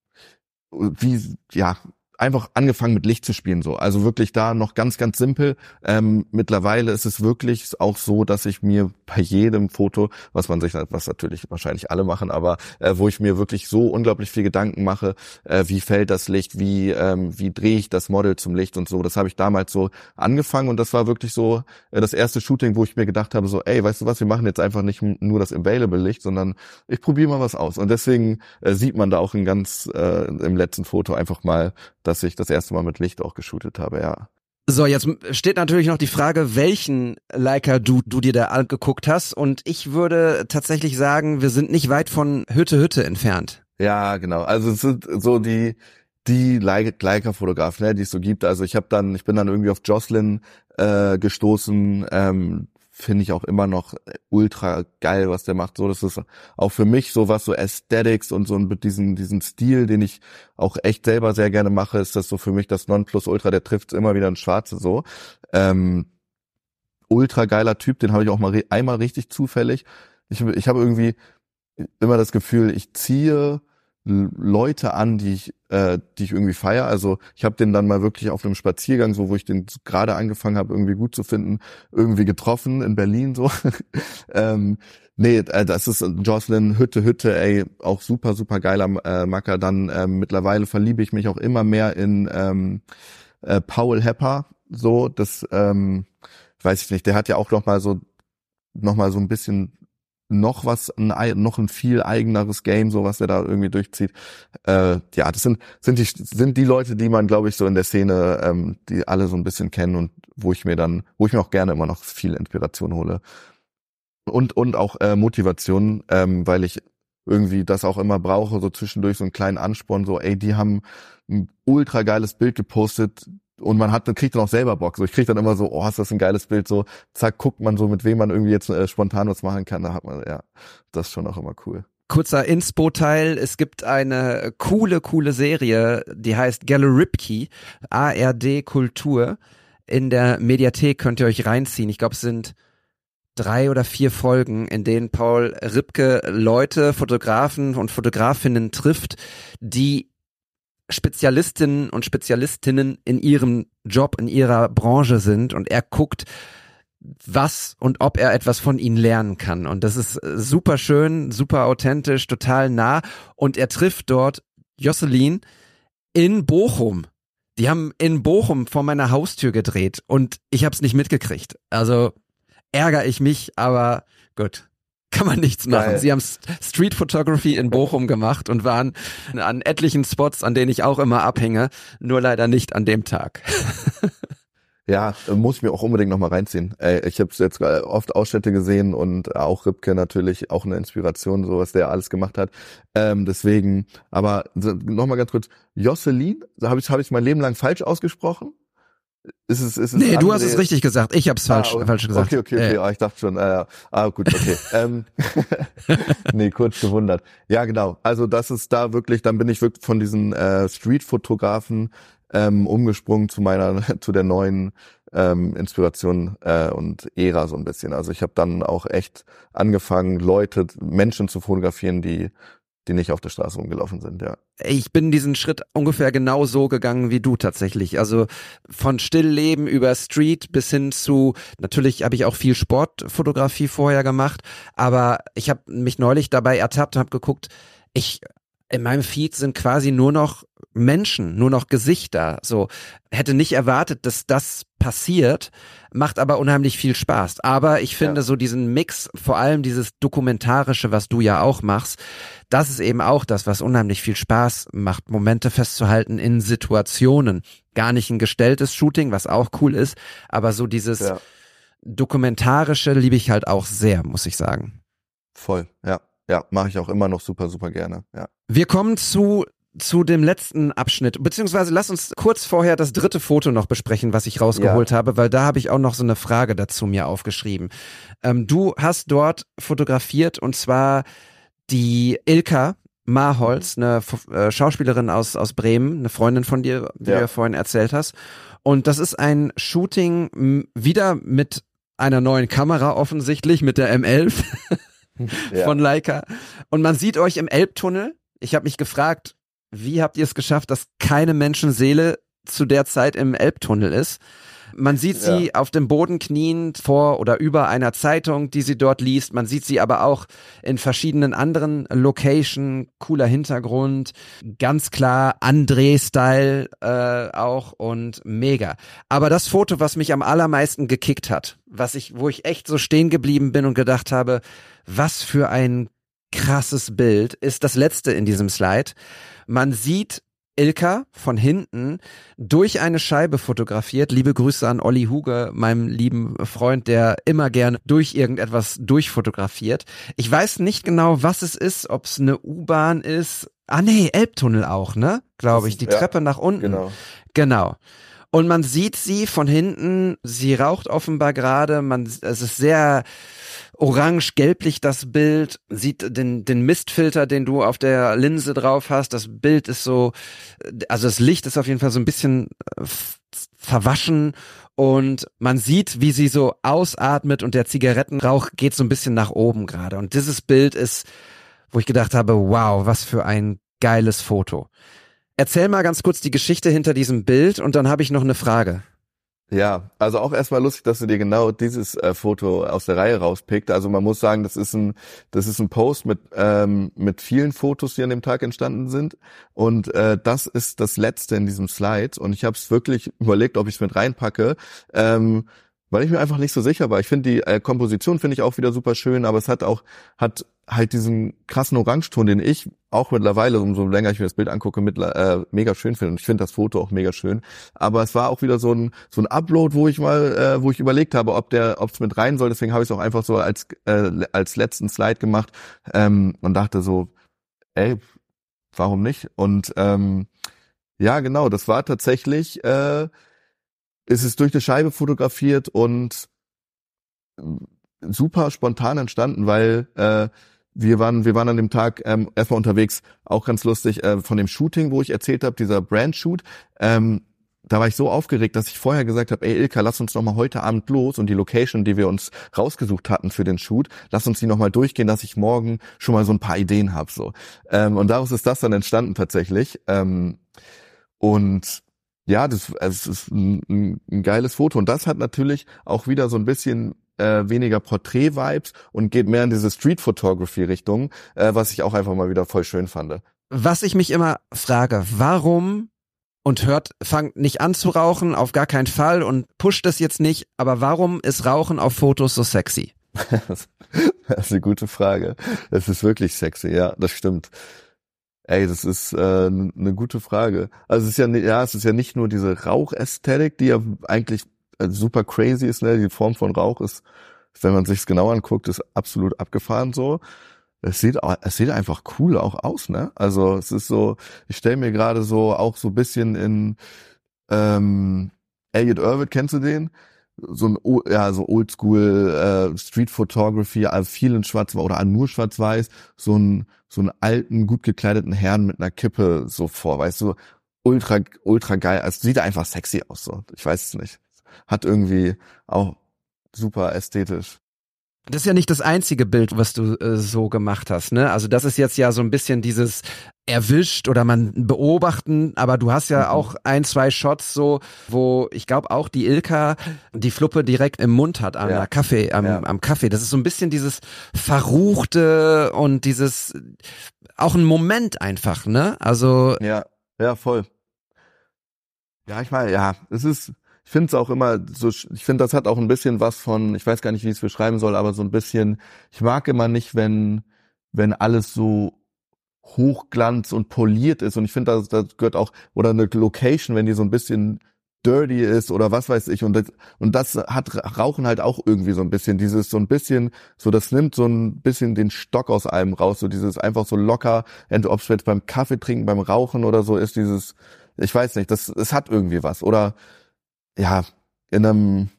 wie, ja, einfach angefangen mit Licht zu spielen so. Also wirklich da noch ganz, ganz simpel. Ähm, mittlerweile ist es wirklich auch so, dass ich mir bei jedem Foto, was man sich, was natürlich wahrscheinlich alle machen, aber äh, wo ich mir wirklich so unglaublich viel Gedanken mache, äh, wie fällt das Licht, wie ähm, wie drehe ich das Model zum Licht und so. Das habe ich damals so angefangen und das war wirklich so äh, das erste Shooting, wo ich mir gedacht habe, so, ey, weißt du was, wir machen jetzt einfach nicht nur das Available-Licht, sondern ich probiere mal was aus. Und deswegen äh, sieht man da auch in ganz äh, im letzten Foto einfach mal, dass ich das erste Mal mit Licht auch geshootet habe, ja. So, jetzt steht natürlich noch die Frage, welchen Leica du, du dir da angeguckt hast. Und ich würde tatsächlich sagen, wir sind nicht weit von Hütte Hütte entfernt. Ja, genau. Also es sind so die die Leica-Fotografen, ne, die es so gibt. Also ich habe dann, ich bin dann irgendwie auf Jocelyn äh, gestoßen. Ähm, Finde ich auch immer noch ultra geil, was der macht. So, das ist auch für mich so was, so Aesthetics und so diesen diesen Stil, den ich auch echt selber sehr gerne mache, ist das so für mich das Nonplusultra. Der trifft immer wieder ins Schwarze so. Ähm, ultra geiler Typ, den habe ich auch mal re- einmal richtig zufällig. Ich ich habe irgendwie immer das Gefühl, ich ziehe Leute an, die ich, äh, die ich irgendwie feiere. Also ich habe den dann mal wirklich auf einem Spaziergang, so wo ich den gerade angefangen habe, irgendwie gut zu finden, irgendwie getroffen in Berlin so. ähm, nee, äh, das ist Jocelyn Hütte Hütte, ey, auch super super geiler äh, Macker. Dann ähm, mittlerweile verliebe ich mich auch immer mehr in ähm, äh, Paul Hepper. So, das ähm, weiß ich nicht. Der hat ja auch noch mal so noch mal so ein bisschen noch was, ein, noch ein viel eigeneres Game, so was er da irgendwie durchzieht. Äh, ja, das sind sind die sind die Leute, die man, glaube ich, so in der Szene, ähm, die alle so ein bisschen kennen und wo ich mir dann, wo ich mir auch gerne immer noch viel Inspiration hole und und auch äh, Motivation, ähm, weil ich irgendwie das auch immer brauche, so zwischendurch so einen kleinen Ansporn, so ey, die haben ein ultra geiles Bild gepostet. Und man hat, kriegt dann auch selber Bock. So, ich krieg dann immer so, oh, ist das ein geiles Bild. So, zack, guckt man so, mit wem man irgendwie jetzt äh, spontan was machen kann. Da hat man, ja, das ist schon auch immer cool. Kurzer Inspo-Teil. Es gibt eine coole, coole Serie, die heißt Galleripki, A R D Kultur. In der Mediathek könnt ihr euch reinziehen. Ich glaube, es sind drei oder vier Folgen, in denen Paul Ripke Leute, Fotografen und Fotografinnen trifft, die Spezialistinnen und Spezialistinnen in ihrem Job, in ihrer Branche sind und er guckt, was und ob er etwas von ihnen lernen kann. Und das ist super schön, super authentisch, total nah. Und er trifft dort Jocelyn in Bochum. Die haben in Bochum vor meiner Haustür gedreht und ich habe es nicht mitgekriegt. Also ärgere ich mich, aber gut. Kann man nichts machen. Geil. Sie haben Street Photography in Bochum gemacht und waren an etlichen Spots, an denen ich auch immer abhänge, nur leider nicht an dem Tag. Ja, muss ich mir auch unbedingt nochmal reinziehen. Ich habe jetzt oft Ausschnitte gesehen und auch Ripke natürlich auch eine Inspiration, so was der alles gemacht hat. Ähm, deswegen, aber nochmal ganz kurz, Jocelyn, habe ich, hab ich mein Leben lang falsch ausgesprochen? Ist es, ist es nee, André? Du hast es richtig gesagt. Ich hab's falsch, ah, okay. falsch gesagt. Okay, okay, okay. Äh. Ah, ich dachte schon, äh, ah, gut, okay. ähm, nee, kurz gewundert. Ja, genau. Also das ist da wirklich, dann bin ich wirklich von diesen äh, Street-Fotografen ähm, umgesprungen zu meiner, zu der neuen ähm, Inspiration äh, und Ära so ein bisschen. Also ich habe dann auch echt angefangen, Leute, Menschen zu fotografieren, die die nicht auf der Straße rumgelaufen sind, ja. Ich bin diesen Schritt ungefähr genau so gegangen wie du tatsächlich. Also von Stillleben über Street bis hin zu, natürlich habe ich auch viel Sportfotografie vorher gemacht, aber ich habe mich neulich dabei ertappt und habe geguckt, ich in meinem Feed sind quasi nur noch Menschen, nur noch Gesichter. So, hätte nicht erwartet, dass das passiert, macht aber unheimlich viel Spaß. Aber ich finde ja. so diesen Mix, vor allem dieses Dokumentarische, was du ja auch machst, das ist eben auch das, was unheimlich viel Spaß macht, Momente festzuhalten in Situationen. Gar nicht ein gestelltes Shooting, was auch cool ist, aber so dieses ja. Dokumentarische liebe ich halt auch sehr, muss ich sagen. Voll, ja. ja, mache ich auch immer noch super, super gerne, ja. Wir kommen zu zu dem letzten Abschnitt, beziehungsweise lass uns kurz vorher das dritte Foto noch besprechen, was ich rausgeholt ja. habe, weil da habe ich auch noch so eine Frage dazu mir aufgeschrieben. Ähm, du hast dort fotografiert und zwar die Ilka Marholz, eine äh, Schauspielerin aus aus Bremen, eine Freundin von dir, wie ja. du ja vorhin erzählt hast. Und das ist ein Shooting m- wieder mit einer neuen Kamera offensichtlich, mit der M elf ja. von Leica. Und man sieht euch im Elbtunnel. Ich habe mich gefragt, wie habt ihr es geschafft, dass keine Menschenseele zu der Zeit im Elbtunnel ist? Man sieht sie ja. auf dem Boden kniend vor oder über einer Zeitung, die sie dort liest. Man sieht sie aber auch in verschiedenen anderen Locations, cooler Hintergrund, ganz klar André-Style äh, auch und mega. Aber das Foto, was mich am allermeisten gekickt hat, was ich, wo ich echt so stehen geblieben bin und gedacht habe, was für ein krasses Bild, ist das letzte in diesem Slide. Man sieht Ilka von hinten durch eine Scheibe fotografiert. Liebe Grüße an Olli Huge, meinem lieben Freund, der immer gerne durch irgendetwas durchfotografiert. Ich weiß nicht genau, was es ist, ob es eine U-Bahn ist. Ah nee, Elbtunnel auch, ne? Glaube ich, die ja, Treppe nach unten. Genau. Genau. Und man sieht sie von hinten, sie raucht offenbar gerade, man, es ist sehr orange-gelblich das Bild, sieht den den Mistfilter, den du auf der Linse drauf hast, das Bild ist so, also das Licht ist auf jeden Fall so ein bisschen verwaschen und man sieht, wie sie so ausatmet und der Zigarettenrauch geht so ein bisschen nach oben gerade und dieses Bild ist, wo ich gedacht habe, wow, was für ein geiles Foto. Erzähl mal ganz kurz die Geschichte hinter diesem Bild und dann habe ich noch eine Frage. Ja, also auch erstmal lustig, dass du dir genau dieses äh, Foto aus der Reihe rauspickt. Also man muss sagen, das ist ein das ist ein Post mit ähm, mit vielen Fotos, die an dem Tag entstanden sind. Und äh, das ist das letzte in diesem Slide. Und ich habe es wirklich überlegt, ob ich es mit reinpacke, ähm, weil ich mir einfach nicht so sicher war. Ich finde die äh, Komposition finde ich auch wieder super schön, aber es hat auch hat halt diesen krassen Orangeton, den ich auch mittlerweile, umso länger ich mir das Bild angucke, mit, äh, mega schön finde. Und ich finde das Foto auch mega schön. Aber es war auch wieder so ein so ein Upload, wo ich mal, äh, wo ich überlegt habe, ob der, ob es mit rein soll. Deswegen habe ich es auch einfach so als äh, als letzten Slide gemacht ähm, und dachte so, ey, warum nicht? Und ähm, ja, genau, das war tatsächlich, äh, es ist durch eine Scheibe fotografiert und super spontan entstanden, weil äh, wir waren wir waren an dem Tag ähm, erstmal unterwegs, auch ganz lustig, äh, von dem Shooting, wo ich erzählt habe, dieser Brand-Shoot. Ähm, da war ich so aufgeregt, dass ich vorher gesagt habe, ey Ilka, lass uns noch mal heute Abend los und die Location, die wir uns rausgesucht hatten für den Shoot, lass uns die noch mal durchgehen, dass ich morgen schon mal so ein paar Ideen habe. So. Ähm, und daraus ist das dann entstanden tatsächlich. Ähm, und ja, das, es ist ein, ein, ein geiles Foto. Und das hat natürlich auch wieder so ein bisschen äh, weniger Porträt-Vibes und geht mehr in diese Street-Photography-Richtung, äh, was ich auch einfach mal wieder voll schön fand. Was ich mich immer frage, warum, und hört, fangt nicht an zu rauchen, auf gar keinen Fall und pusht es jetzt nicht, aber warum ist Rauchen auf Fotos so sexy? Das ist eine gute Frage. Es ist wirklich sexy, ja, das stimmt. Ey, das ist äh, eine gute Frage. Also es ist ja, ja, es ist ja nicht nur diese Rauchästhetik, die ja eigentlich äh, super crazy ist, ne? Die Form von Rauch ist, wenn man sich's genau anguckt, ist absolut abgefahren so. Es sieht, es sieht einfach cool auch aus, ne? Also es ist so, ich stelle mir gerade so auch so ein bisschen in ähm, Elliot Erwitt, kennst du den? So ein, ja, so Oldschool äh, Street Photography, also viel in Schwarz oder nur Schwarz-Weiß, so ein so einen alten, gut gekleideten Herrn mit einer Kippe so vor, weißt du, ultra ultra geil, also sieht einfach sexy aus so. Ich weiß es nicht. Hat irgendwie auch super ästhetisch. Das ist ja nicht das einzige Bild, was du äh, so gemacht hast, ne? Also das ist jetzt ja so ein bisschen dieses erwischt oder man beobachten, aber du hast ja mhm. auch ein, zwei Shots so, wo ich glaube auch die Ilka die Fluppe direkt im Mund hat am ja. Kaffee, am, ja. am Kaffee. Das ist so ein bisschen dieses Verruchte und dieses, auch ein Moment einfach, ne? Also. Ja, ja, voll. Ja, ich meine, ja, es ist, ich finde es auch immer so, ich finde, das hat auch ein bisschen was von, ich weiß gar nicht, wie ich es beschreiben soll, aber so ein bisschen, ich mag immer nicht, wenn, wenn alles so Hochglanz und poliert ist und ich finde, das, das gehört auch, oder eine Location, wenn die so ein bisschen dirty ist oder was weiß ich. Und das, und das hat Rauchen halt auch irgendwie so ein bisschen, dieses so ein bisschen, so das nimmt so ein bisschen den Stock aus einem raus, so dieses einfach so locker, ob es jetzt beim Kaffee trinken, beim Rauchen oder so ist, dieses, ich weiß nicht, das, es hat irgendwie was. Oder ja, in einem,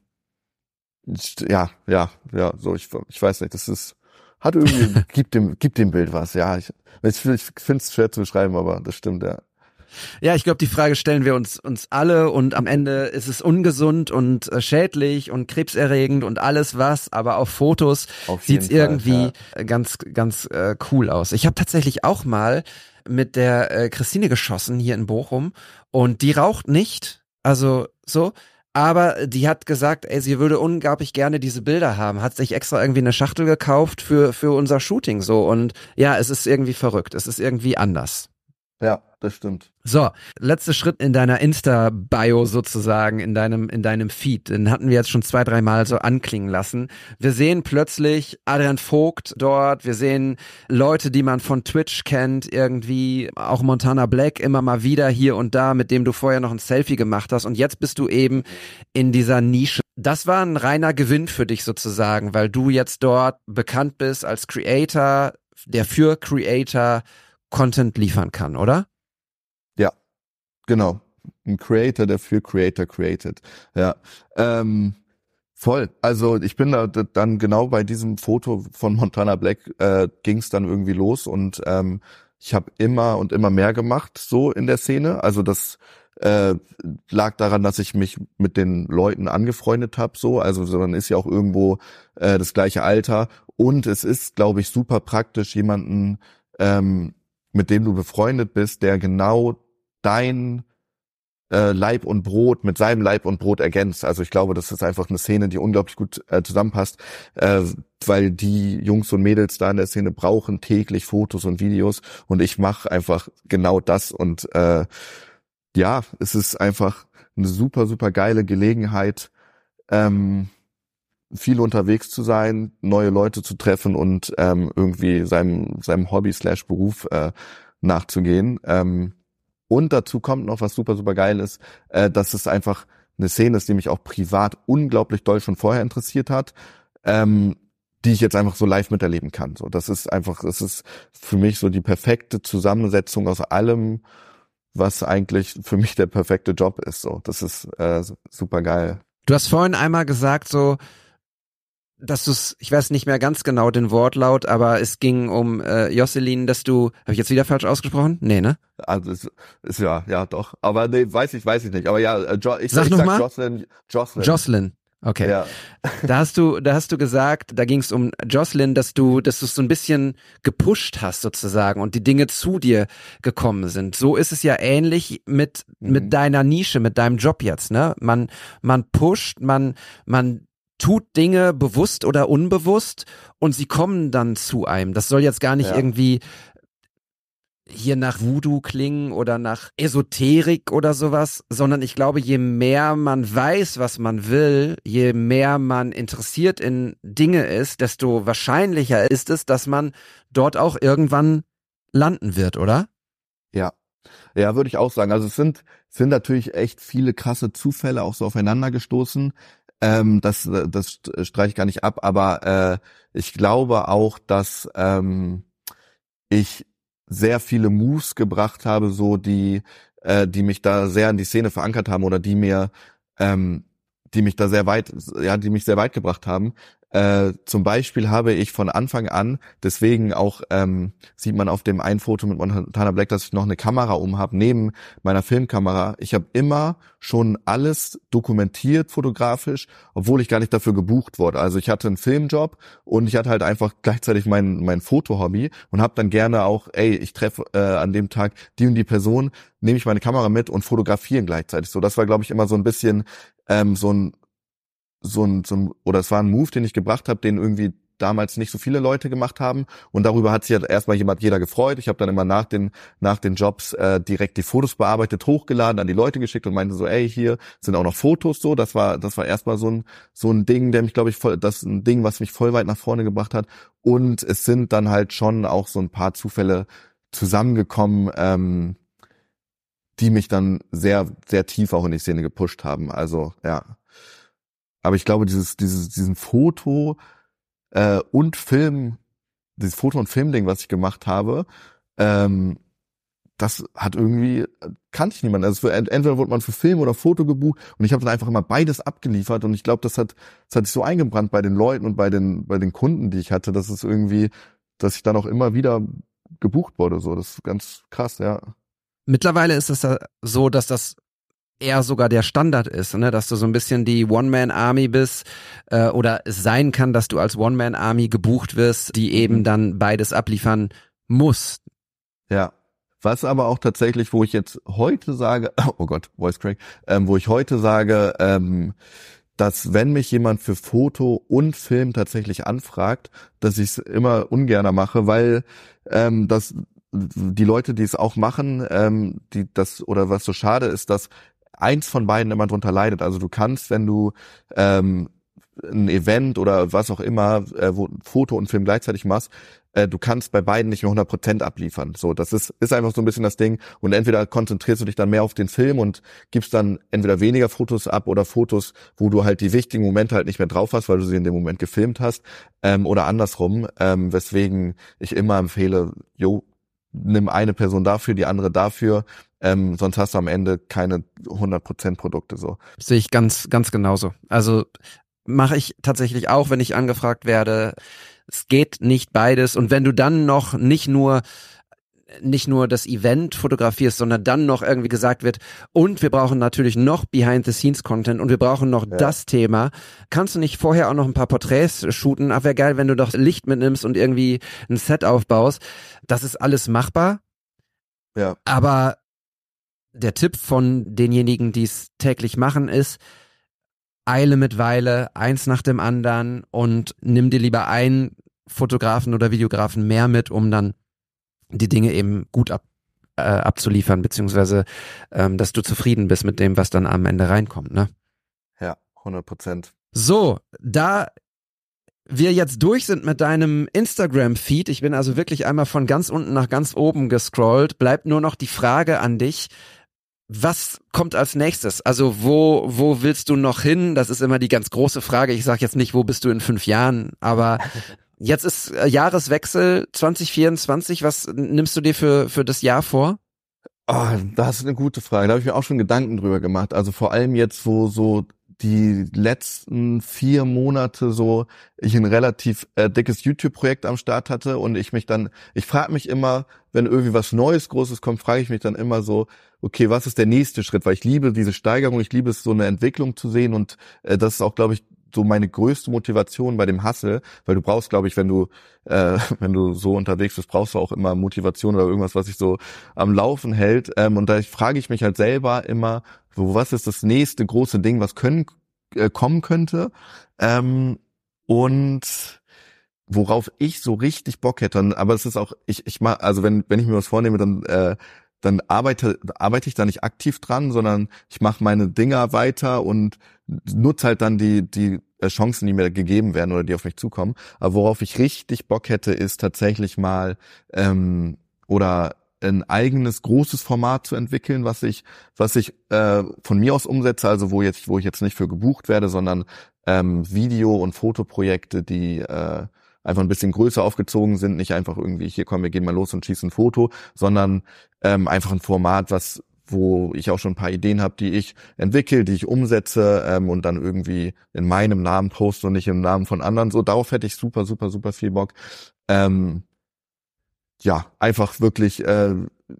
ja, ja, ja, so, ich, ich weiß nicht, das ist, hat irgendwie, gibt dem, gibt dem Bild was, ja. Ich, ich, ich finde es schwer zu beschreiben, aber das stimmt, ja. Ja, ich glaube, die Frage stellen wir uns uns alle und am Ende ist es ungesund und äh, schädlich und krebserregend und alles was, aber auf Fotos sieht's Fall, irgendwie ja. ganz ganz äh, cool aus. Ich habe tatsächlich auch mal mit der äh, Christine geschossen hier in Bochum und die raucht nicht, also so, aber die hat gesagt, ey, sie würde unglaublich gerne diese Bilder haben, hat sich extra irgendwie eine Schachtel gekauft für für unser Shooting so und ja, es ist irgendwie verrückt, es ist irgendwie anders. Ja, das stimmt. So, letzter Schritt in deiner Insta-Bio sozusagen, in deinem in deinem Feed, den hatten wir jetzt schon zwei, drei Mal so anklingen lassen. Wir sehen plötzlich Adrian Vogt dort, wir sehen Leute, die man von Twitch kennt, irgendwie auch Montana Black immer mal wieder hier und da, mit dem du vorher noch ein Selfie gemacht hast und jetzt bist du eben in dieser Nische. Das war ein reiner Gewinn für dich sozusagen, weil du jetzt dort bekannt bist als Creator, der für Creator Content liefern kann, oder? Ja, genau. Ein Creator, der für Creator created. Ja, ähm, voll. Also ich bin da dann genau bei diesem Foto von Montana Black äh, ging es dann irgendwie los und ähm, ich habe immer und immer mehr gemacht so in der Szene. Also das äh, lag daran, dass ich mich mit den Leuten angefreundet habe. So, also man ist ja auch irgendwo äh, das gleiche Alter und es ist, glaube ich, super praktisch, jemanden ähm, mit dem du befreundet bist, der genau dein äh, Leib und Brot mit seinem Leib und Brot ergänzt. Also ich glaube, das ist einfach eine Szene, die unglaublich gut äh, zusammenpasst, äh, weil die Jungs und Mädels da in der Szene brauchen täglich Fotos und Videos und ich mache einfach genau das und äh, ja, es ist einfach eine super, super geile Gelegenheit, ähm, viel unterwegs zu sein, neue Leute zu treffen und ähm, irgendwie seinem seinem Hobby slash Beruf äh, nachzugehen. Ähm, und dazu kommt noch was super, super geil ist, äh, dass es einfach eine Szene ist, die mich auch privat unglaublich doll schon vorher interessiert hat, ähm, die ich jetzt einfach so live miterleben kann. So, das ist einfach, es ist für mich so die perfekte Zusammensetzung aus allem, was eigentlich für mich der perfekte Job ist. So, das ist äh, super geil. Du hast vorhin einmal gesagt, so dass du es, ich weiß nicht mehr ganz genau den Wortlaut, aber es ging um äh, Jocelyn, dass du, habe ich jetzt wieder falsch ausgesprochen? Nee, ne? Also es ist ja, ja doch, aber nee, weiß ich, weiß ich nicht, aber ja, äh, jo, ich sag, ich noch sag mal? Jocelyn, Jocelyn. Jocelyn, okay. Ja. Da hast du, da hast du gesagt, da ging es um Jocelyn, dass du, dass du es so ein bisschen gepusht hast sozusagen und die Dinge zu dir gekommen sind. So ist es ja ähnlich mit mhm. mit deiner Nische, mit deinem Job jetzt, ne? Man man pusht, man man tut Dinge bewusst oder unbewusst und sie kommen dann zu einem. Das soll jetzt gar nicht ja. irgendwie hier nach Voodoo klingen oder nach Esoterik oder sowas, sondern ich glaube, je mehr man weiß, was man will, je mehr man interessiert in Dinge ist, desto wahrscheinlicher ist es, dass man dort auch irgendwann landen wird, oder? Ja, ja, würde ich auch sagen. Also es sind, sind natürlich echt viele krasse Zufälle auch so aufeinander gestoßen. Ähm, das, das streiche ich gar nicht ab, aber äh, ich glaube auch, dass ähm, ich sehr viele Moves gebracht habe, so die, äh, die mich da sehr in die Szene verankert haben oder die mir, ähm, die mich da sehr weit, ja, die mich sehr weit gebracht haben. Äh, zum Beispiel habe ich von Anfang an, deswegen auch ähm, sieht man auf dem einen Foto mit Montana Black, dass ich noch eine Kamera um habe, neben meiner Filmkamera. Ich habe immer schon alles dokumentiert fotografisch, obwohl ich gar nicht dafür gebucht wurde. Also ich hatte einen Filmjob und ich hatte halt einfach gleichzeitig mein mein Fotohobby und habe dann gerne auch, ey, ich treffe äh, an dem Tag die und die Person, nehme ich meine Kamera mit und fotografieren gleichzeitig. So, das war, glaube ich, immer so ein bisschen ähm, so ein so ein, so ein, oder es war ein Move, den ich gebracht habe, den irgendwie damals nicht so viele Leute gemacht haben und darüber hat sich ja erstmal jemand jeder gefreut. Ich habe dann immer nach den nach den Jobs äh, direkt die Fotos bearbeitet, hochgeladen, an die Leute geschickt und meinte so, ey, hier sind auch noch Fotos so. Das war das war erstmal so ein so ein Ding, der mich, glaube ich, voll, das ein Ding, was mich voll weit nach vorne gebracht hat. Und es sind dann halt schon auch so ein paar Zufälle zusammengekommen, ähm, die mich dann sehr, sehr tief auch in die Szene gepusht haben. Also, ja. Aber ich glaube, dieses, dieses, diesen Foto äh, und Film, dieses Foto- und Filmding, was ich gemacht habe, ähm, das hat irgendwie, kannte ich niemanden. Also entweder wurde man für Film oder Foto gebucht und ich habe dann einfach immer beides abgeliefert und ich glaube, das hat, das hat sich so eingebrannt bei den Leuten und bei den, bei den Kunden, die ich hatte, dass es irgendwie, dass ich dann auch immer wieder gebucht wurde. So, das ist ganz krass, ja. Mittlerweile ist es so, dass das eher sogar der Standard ist, ne? Dass du so ein bisschen die One-Man-Army bist äh, oder es sein kann, dass du als One-Man-Army gebucht wirst, die eben dann beides abliefern muss. Ja, was aber auch tatsächlich, wo ich jetzt heute sage, oh Gott, Voice Crack, ähm, wo ich heute sage, ähm, dass wenn mich jemand für Foto und Film tatsächlich anfragt, dass ich es immer ungerner mache, weil ähm, das die Leute, die es auch machen, ähm, die das oder was so schade ist, dass eins von beiden immer drunter leidet. Also du kannst, wenn du ähm, ein Event oder was auch immer, äh, wo Foto und Film gleichzeitig machst, äh, du kannst bei beiden nicht mehr hundert Prozent abliefern. So, das ist ist einfach so ein bisschen das Ding. Und entweder konzentrierst du dich dann mehr auf den Film und gibst dann entweder weniger Fotos ab oder Fotos, wo du halt die wichtigen Momente halt nicht mehr drauf hast, weil du sie in dem Moment gefilmt hast, ähm, oder andersrum. Ähm, weswegen ich immer empfehle, jo, nimm eine Person dafür, die andere dafür. Ähm, sonst hast du am Ende keine hundert Prozent Produkte so. Sehe ich ganz, ganz genauso. Also mache ich tatsächlich auch, wenn ich angefragt werde. Es geht nicht beides. Und wenn du dann noch nicht nur nicht nur das Event fotografierst, sondern dann noch irgendwie gesagt wird, und wir brauchen natürlich noch Behind-the-Scenes-Content und wir brauchen noch ja. das Thema, kannst du nicht vorher auch noch ein paar Porträts shooten? Ach, wäre geil, wenn du doch Licht mitnimmst und irgendwie ein Set aufbaust. Das ist alles machbar. Ja. Aber der Tipp von denjenigen, die es täglich machen, ist, Eile mit Weile, eins nach dem anderen und nimm dir lieber einen Fotografen oder Videografen mehr mit, um dann die Dinge eben gut ab, äh, abzuliefern, beziehungsweise ähm, dass du zufrieden bist mit dem, was dann am Ende reinkommt, ne? Ja, hundert Prozent. So, da wir jetzt durch sind mit deinem Instagram-Feed, ich bin also wirklich einmal von ganz unten nach ganz oben gescrollt, bleibt nur noch die Frage an dich, was kommt als nächstes? Also wo wo willst du noch hin? Das ist immer die ganz große Frage. Ich sage jetzt nicht, wo bist du in fünf Jahren, aber jetzt ist äh, Jahreswechsel zwanzig vierundzwanzig. Was nimmst du dir für für das Jahr vor? Oh, das ist eine gute Frage. Da habe ich mir auch schon Gedanken drüber gemacht. Also vor allem jetzt, wo so die letzten vier Monate so ich ein relativ äh, dickes YouTube-Projekt am Start hatte und ich mich dann, ich frage mich immer, wenn irgendwie was Neues, Großes kommt, frage ich mich dann immer so, okay, was ist der nächste Schritt? Weil ich liebe diese Steigerung, ich liebe es, so eine Entwicklung zu sehen und äh, das ist auch, glaube ich, so meine größte Motivation bei dem Hustle, weil du brauchst, glaube ich, wenn du äh, wenn du so unterwegs bist, brauchst du auch immer Motivation oder irgendwas, was dich so am Laufen hält. Ähm, und da frage ich mich halt selber immer, so, was ist das nächste große Ding, was können äh, kommen könnte? Ähm, und worauf ich so richtig Bock hätte, aber es ist auch, ich ich mach, also wenn wenn ich mir was vornehme, dann äh, dann arbeite arbeite ich da nicht aktiv dran, sondern ich mache meine Dinger weiter und nutze halt dann die die Chancen, die mir gegeben werden oder die auf mich zukommen. Aber worauf ich richtig Bock hätte, ist tatsächlich mal ähm, oder ein eigenes großes Format zu entwickeln, was ich was ich äh, von mir aus umsetze, also wo jetzt wo ich jetzt nicht für gebucht werde, sondern ähm, Video- und Fotoprojekte, die äh, einfach ein bisschen größer aufgezogen sind, nicht einfach irgendwie, hier kommen, wir gehen mal los und schießen ein Foto, sondern ähm, einfach ein Format, was wo ich auch schon ein paar Ideen habe, die ich entwickle, die ich umsetze ähm, und dann irgendwie in meinem Namen poste und nicht im Namen von anderen. So, darauf hätte ich super, super, super viel Bock. Ähm, ja, einfach wirklich äh,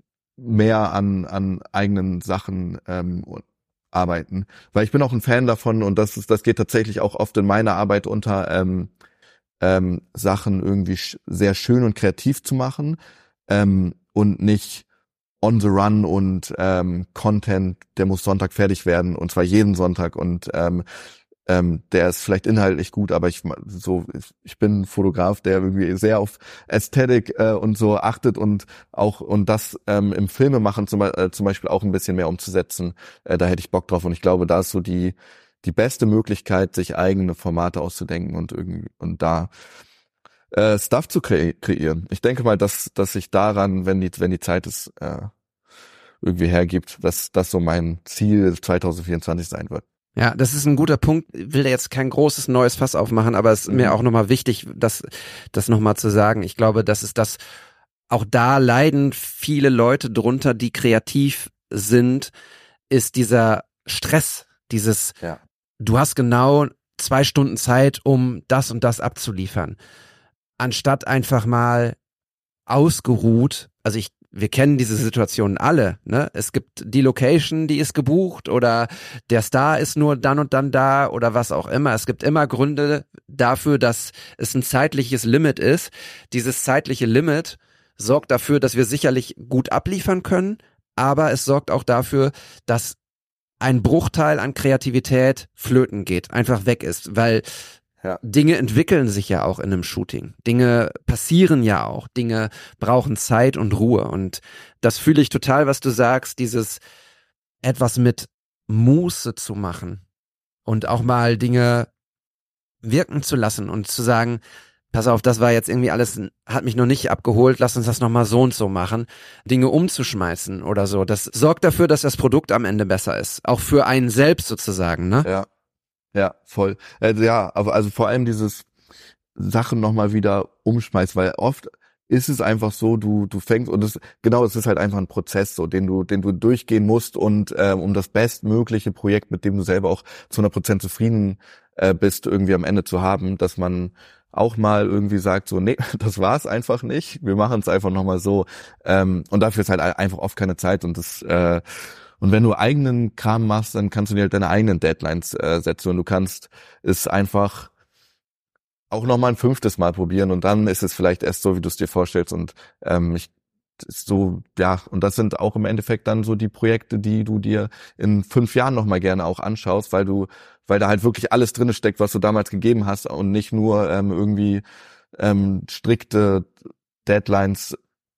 mehr an an eigenen Sachen ähm, arbeiten. Weil ich bin auch ein Fan davon und das ist, das geht tatsächlich auch oft in meiner Arbeit unter, ähm, ähm, Sachen irgendwie sch- sehr schön und kreativ zu machen ähm, und nicht on the run und ähm, Content, der muss Sonntag fertig werden und zwar jeden Sonntag und ähm, ähm, der ist vielleicht inhaltlich gut, aber ich so ich bin ein Fotograf, der irgendwie sehr auf Ästhetik äh, und so achtet und auch und das ähm, im Filmemachen zum, äh, zum Beispiel auch ein bisschen mehr umzusetzen. Äh, da hätte ich Bock drauf und ich glaube, da ist so die die beste Möglichkeit, sich eigene Formate auszudenken und irgendwie und da äh, Stuff zu kre- kreieren. Ich denke mal, dass dass ich daran, wenn die wenn die Zeit ist, äh, irgendwie hergibt, dass das so mein Ziel zwanzig vierundzwanzig sein wird. Ja, das ist ein guter Punkt. Ich will da jetzt kein großes neues Fass aufmachen, aber es ist mhm. mir auch nochmal wichtig, das, das nochmal zu sagen. Ich glaube, das ist das, auch da leiden viele Leute drunter, die kreativ sind, ist dieser Stress, dieses, ja. du hast genau zwei Stunden Zeit, um das und das abzuliefern. Anstatt einfach mal ausgeruht, also ich, wir kennen diese Situationen alle, ne? Es gibt die Location, die ist gebucht oder der Star ist nur dann und dann da oder was auch immer. Es gibt immer Gründe dafür, dass es ein zeitliches Limit ist. Dieses zeitliche Limit sorgt dafür, dass wir sicherlich gut abliefern können, aber es sorgt auch dafür, dass ein Bruchteil an Kreativität flöten geht, einfach weg ist, weil ja. Dinge entwickeln sich ja auch in einem Shooting. Dinge passieren ja auch. Dinge brauchen Zeit und Ruhe. Und das fühle ich total, was du sagst, dieses etwas mit Muße zu machen und auch mal Dinge wirken zu lassen und zu sagen, pass auf, das war jetzt irgendwie alles, hat mich noch nicht abgeholt, lass uns das nochmal so und so machen. Dinge umzuschmeißen oder so. Das sorgt dafür, dass das Produkt am Ende besser ist. Auch für einen selbst sozusagen, ne? Ja. Ja, voll. Äh, ja, aber also vor allem dieses Sachen nochmal wieder umschmeißt, weil oft ist es einfach so, du du fängst und es genau, es ist halt einfach ein Prozess, so den du den du durchgehen musst und äh, um das bestmögliche Projekt, mit dem du selber auch zu hundert Prozent zufrieden äh, bist, irgendwie am Ende zu haben, dass man auch mal irgendwie sagt so, nee, das war's einfach nicht, wir machen es einfach nochmal so ähm, und dafür ist halt einfach oft keine Zeit und das äh, und wenn du eigenen Kram machst, dann kannst du dir halt deine eigenen Deadlines äh, setzen und du kannst es einfach auch nochmal ein fünftes Mal probieren und dann ist es vielleicht erst so, wie du es dir vorstellst und ähm, ich so, ja, und das sind auch im Endeffekt dann so die Projekte, die du dir in fünf Jahren nochmal gerne auch anschaust, weil du, weil da halt wirklich alles drin steckt, was du damals gegeben hast und nicht nur ähm, irgendwie ähm, strikte Deadlines,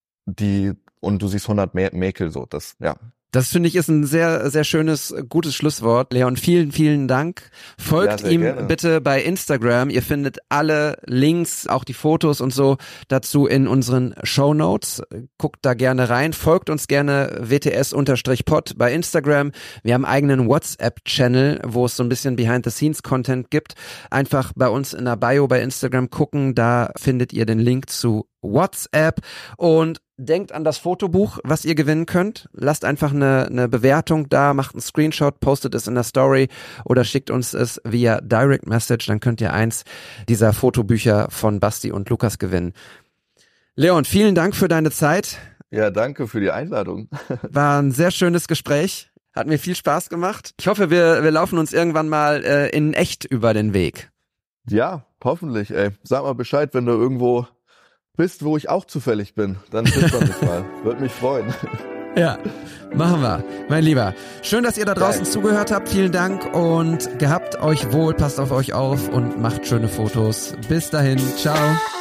die und du siehst hundert Mäkel so, das, ja. Das finde ich ist ein sehr, sehr schönes, gutes Schlusswort. Leon, vielen, vielen Dank. Folgt ja, ihm gerne. bitte bei Instagram. Ihr findet alle Links, auch die Fotos und so dazu in unseren Shownotes. Guckt da gerne rein. Folgt uns gerne W T S-Pod bei Instagram. Wir haben einen eigenen WhatsApp-Channel, wo es so ein bisschen Behind-the-Scenes-Content gibt. Einfach bei uns in der Bio bei Instagram gucken. Da findet ihr den Link zu WhatsApp und denkt an das Fotobuch, was ihr gewinnen könnt. Lasst einfach eine, eine Bewertung da, macht einen Screenshot, postet es in der Story oder schickt uns es via Direct Message. Dann könnt ihr eins dieser Fotobücher von Basti und Lukas gewinnen. Leon, vielen Dank für deine Zeit. Ja, danke für die Einladung. War ein sehr schönes Gespräch. Hat mir viel Spaß gemacht. Ich hoffe, wir, wir laufen uns irgendwann mal äh, in echt über den Weg. Ja, hoffentlich. Ey. Sag mal Bescheid, wenn du irgendwo bist, wo ich auch zufällig bin, dann trifft man mich mal. Würde mich freuen. Ja, machen wir. Mein Lieber, schön, dass ihr da draußen Geil. zugehört habt. Vielen Dank und gehabt euch wohl, passt auf euch auf und macht schöne Fotos. Bis dahin, ciao.